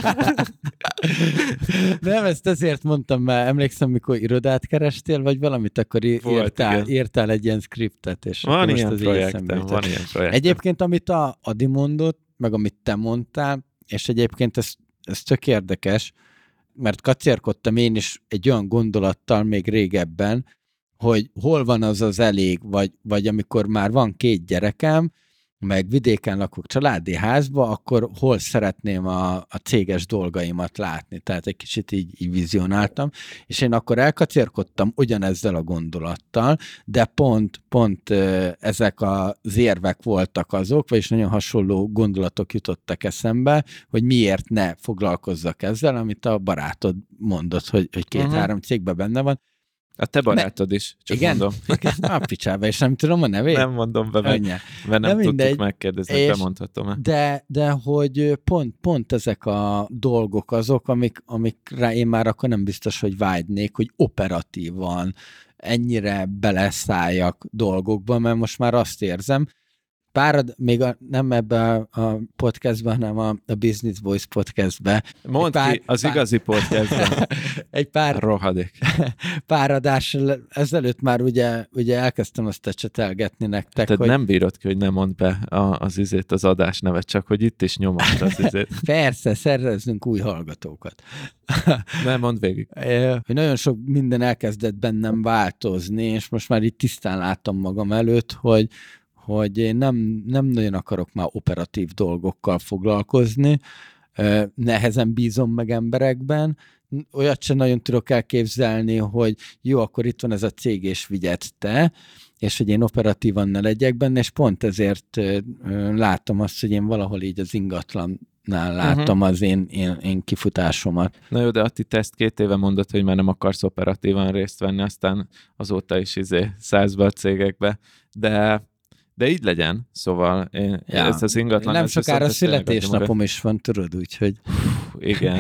Nem, ezt ezért mondtam már. Emlékszem, mikor irodát kerestél, vagy valamit, akkor írtál, írtál egy ilyen scriptet. És van ilyen most projektem, van ilyen projektem. Egyébként, amit a Adi mondott, meg amit te mondtál, és egyébként ez, ez tök érdekes, mert kacérkodtam én is egy olyan gondolattal még régebben, hogy hol van az az elég, vagy, vagy amikor már van két gyerekem, meg vidéken lakok családi házba, akkor hol szeretném a, a céges dolgaimat látni. Tehát egy kicsit így, így vizionáltam, és én akkor elkacérkodtam ugyanezzel a gondolattal, de pont, pont ezek az érvek voltak azok, vagyis nagyon hasonló gondolatok jutottak eszembe, hogy miért ne foglalkozzak ezzel, amit a barátod mondott, hogy, hogy két-három uh-huh. cégben benne van. A te barátod is, csak igen? mondom. A picsába, és nem tudom a nevét? Nem mondom be, meg, mert nem de tudtuk megkérdezni, és bemondhatom-e. De, de hogy pont, pont ezek a dolgok azok, amik, amikre én már akkor nem biztos, hogy vágynék, hogy operatívan ennyire beleszálljak dolgokba, mert most már azt érzem, pár, még a, nem ebben a podcastban, hanem a, a Business Voice podcastben. Mondd pár, ki, az pár, igazi podcastben. Egy pár, rohadék. Pár adás ezelőtt már ugye, ugye elkezdtem azt ecsetelgetni nektek. Tehát hogy... nem bírod ki, hogy nem mondd be a, az izét, az adás nevet, csak hogy itt is nyomod az izét. Persze, szervezzünk új hallgatókat. Nem, mondd végig. Hogy nagyon sok minden elkezdett bennem változni, és most már itt tisztán látom magam előtt, hogy hogy én nem, nem nagyon akarok már operatív dolgokkal foglalkozni, nehezen bízom meg emberekben, olyat sem nagyon tudok elképzelni, hogy jó, akkor itt van ez a cég, és vigyed te, és hogy én operatívan ne legyek benne, és pont ezért látom azt, hogy én valahol így az ingatlannál látom uh-huh. az én, én, én kifutásomat. Na jó, de Atti, te ezt két éve mondod, hogy már nem akarsz operatívan részt venni, aztán azóta is izé szállsz be a cégekbe, de De így legyen, szóval én, ja. ezt az ingatlan... Nem sokára születésnapom is van, tudod, úgyhogy... Igen.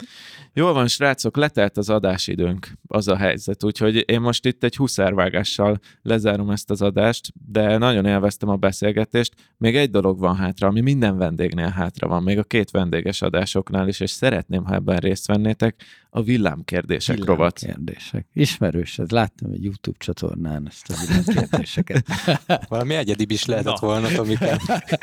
Jól van, srácok, letelt az adásidőnk, az a helyzet, úgyhogy én most itt egy huszárvágással lezárom ezt az adást, de nagyon élveztem a beszélgetést. Még egy dolog van hátra, ami minden vendégnél hátra van, még a két vendéges adásoknál is, és szeretném, ha ebben részt vennétek, a villámkérdések Villám rovat. Villámkérdések. Ismerős, ez láttam egy YouTube csatornán ezt a villámkérdéseket. Valami egyedibb is lehetett no. volna, Tomikám.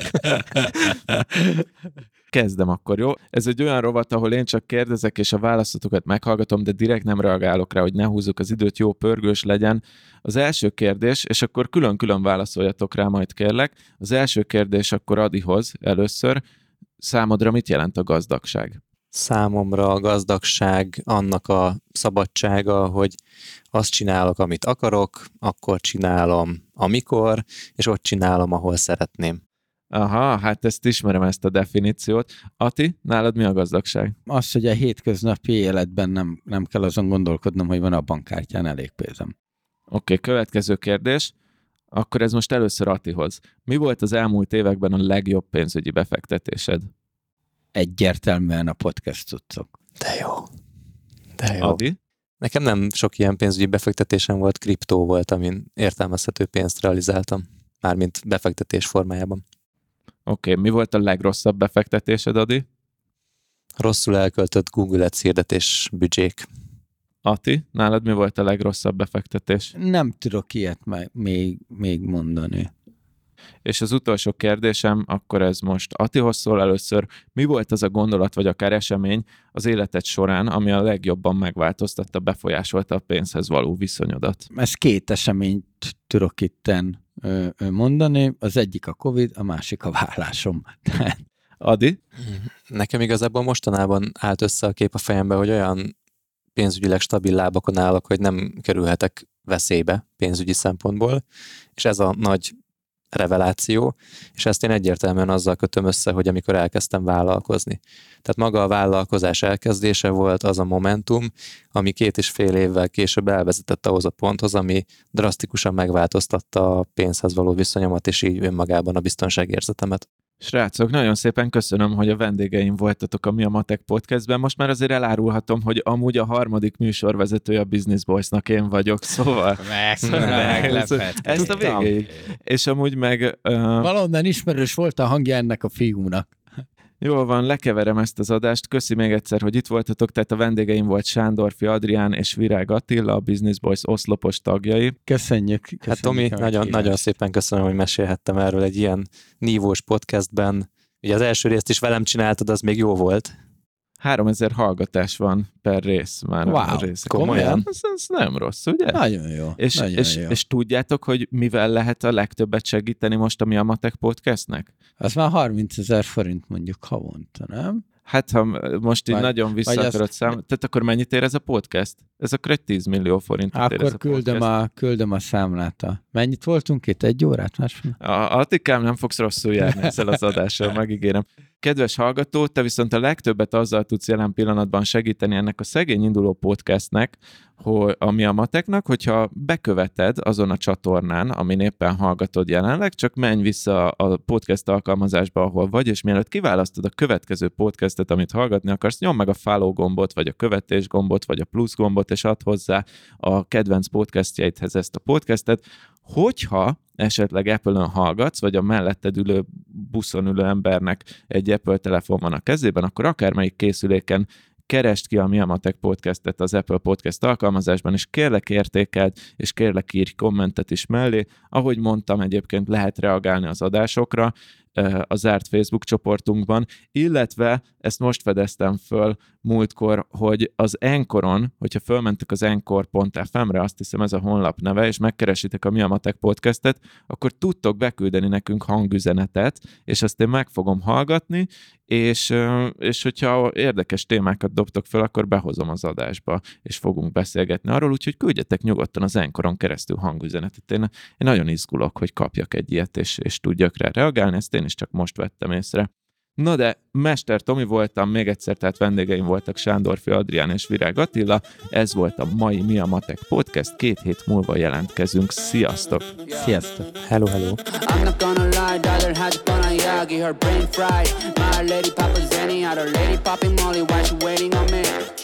Kezdem akkor, jó? Ez egy olyan rovat, ahol én csak kérdezek, és a választotokat meghallgatom, de direkt nem reagálok rá, hogy ne húzzuk az időt, jó, pörgős legyen. Az első kérdés, és akkor külön-külön válaszoljatok rá, majd kérlek. Az első kérdés akkor Adihoz először. Számodra mit jelent a gazdagság? Számomra a gazdagság annak a szabadsága, hogy azt csinálok, amit akarok, akkor csinálom, amikor, és ott csinálom, ahol szeretném. Aha, hát ezt ismerem, ezt a definíciót. Ati, nálad mi a gazdagság? Az, hogy a hétköznapi életben nem, nem kell azon gondolkodnom, hogy van a bankkártyán elég pénzem. Oké, okay, következő kérdés. Akkor ez most először Atihoz. Mi volt az elmúlt években a legjobb pénzügyi befektetésed? Egyértelműen a podcast cuccok. De jó. De jó. Adi? Nekem nem sok ilyen pénzügyi befektetésem volt, kriptó volt, amin értelmezhető pénzt realizáltam. Mármint befektetés formájában. Oké, okay, mi volt a legrosszabb befektetésed, Adi? Rosszul elköltött Google Ads hirdetés büdzsék. Ati, nálad mi volt a legrosszabb befektetés? Nem tudok ilyet még, még mondani. És az utolsó kérdésem, akkor ez most Atihoz szól először. Mi volt az a gondolat, vagy akár esemény az életed során, ami a legjobban megváltoztatta, befolyásolta a pénzhez való viszonyodat? Ez két eseményt tudok itten mondani. Az egyik a Covid, a másik a vállásom. Adi? Nekem igazából mostanában állt össze a kép a fejembe, hogy olyan pénzügyileg stabil lábakon állok, hogy nem kerülhetek veszélybe pénzügyi szempontból, és ez a nagy reveláció, és ezt én egyértelműen azzal kötöm össze, hogy amikor elkezdtem vállalkozni. Tehát maga a vállalkozás elkezdése volt az a momentum, ami két és fél évvel később elvezetett ahhoz a ponthoz, ami drasztikusan megváltoztatta a pénzhez való viszonyomat, és így önmagában a biztonságérzetemet. Srácok, nagyon szépen köszönöm, hogy a vendégeim voltatok a Mi a Matek podcastben. Most már azért elárulhatom, hogy amúgy a harmadik műsorvezetője a Business Boysnak én vagyok, szóval... Meglepett. Ezt a végéig. És amúgy meg... Uh... Valonnan ismerős volt a hangja ennek a fiúnak. Jól van, lekeverem ezt az adást. Köszi még egyszer, hogy itt voltatok. Tehát a vendégeim volt Sándorfi Adrián és Virág Attila, a Business Boys oszlopos tagjai. Köszönjük. köszönjük hát Tomi, nagyon, nagyon szépen köszönöm, hogy mesélhettem erről egy ilyen nívós podcastben. Ugye az első részt is velem csináltad, az még jó volt. háromezer hallgatás van per rész már. Wow, a rész. komolyan? Ez, ez nem rossz, ugye? Nagyon jó. És, nagyon és, jó. és tudjátok, hogy mivel lehet a legtöbbet segíteni most a Mi a Matek podcastnek? Az már harmincezer forint mondjuk havonta, nem? Hát, ha most így Vagy- nagyon vissza vagy akarod azt- számolni, tehát akkor mennyit ér ez a podcast? Ez akkor egy tíz millió forintot ér ez Akkor a küldöm podcast. a, küldöm a számlát. A... Mennyit voltunk itt? Egy órát? Másfél? A Attikám, nem fogsz rosszul járni ezzel az adással, megígérem. Kedves hallgató, te viszont a legtöbbet azzal tudsz jelen pillanatban segíteni ennek a szegény induló podcastnek, hogy, ami a Mateknak, hogyha beköveted azon a csatornán, amin éppen hallgatod jelenleg, csak menj vissza a podcast alkalmazásba, ahol vagy, és mielőtt kiválasztod a következő podcastet, amit hallgatni akarsz, nyomd meg a follow gombot, vagy a követés gombot, vagy a plusz gombot, és add hozzá a kedvenc podcastjaidhez ezt a podcastet. Hogyha esetleg Apple-ön hallgatsz, vagy a melletted ülő buszon ülő embernek egy Apple telefon van a kezében, akkor akármelyik készüléken keresd ki a Mi a Matek podcastet az Apple Podcast alkalmazásban, és kérlek értékeld, és kérlek írj kommentet is mellé. Ahogy mondtam, egyébként lehet reagálni az adásokra a zárt Facebook csoportunkban, illetve ezt most fedeztem föl múltkor, hogy az Anchoron, hogyha fölmentek az anchor pont ef em-re, azt hiszem ez a honlap neve, és megkeresitek a Mi a Matek podcastet, akkor tudtok beküldeni nekünk hangüzenetet, és azt én meg fogom hallgatni, és, és hogyha érdekes témákat dobtok föl, akkor behozom az adásba, és fogunk beszélgetni arról, úgyhogy küldjetek nyugodtan az Anchoron keresztül hangüzenetet. Én, én nagyon izgulok, hogy kapjak egy ilyet, és, és tudjak rá reagálni, ezt én is csak most vettem észre. Na de Mester Tomi voltam, még egyszer, tehát vendégeim voltak Sándorfi Adrián és Virág Attila. Ez volt a mai Mi a Matek podcast, két hét múlva jelentkezünk. Sziasztok! Sziasztok! Hello, hello! I'm not gonna lie, dollar has gone on Yagi, her brain fried. My lady Papa Zenny, had her lady popping Molly while she waiting on me.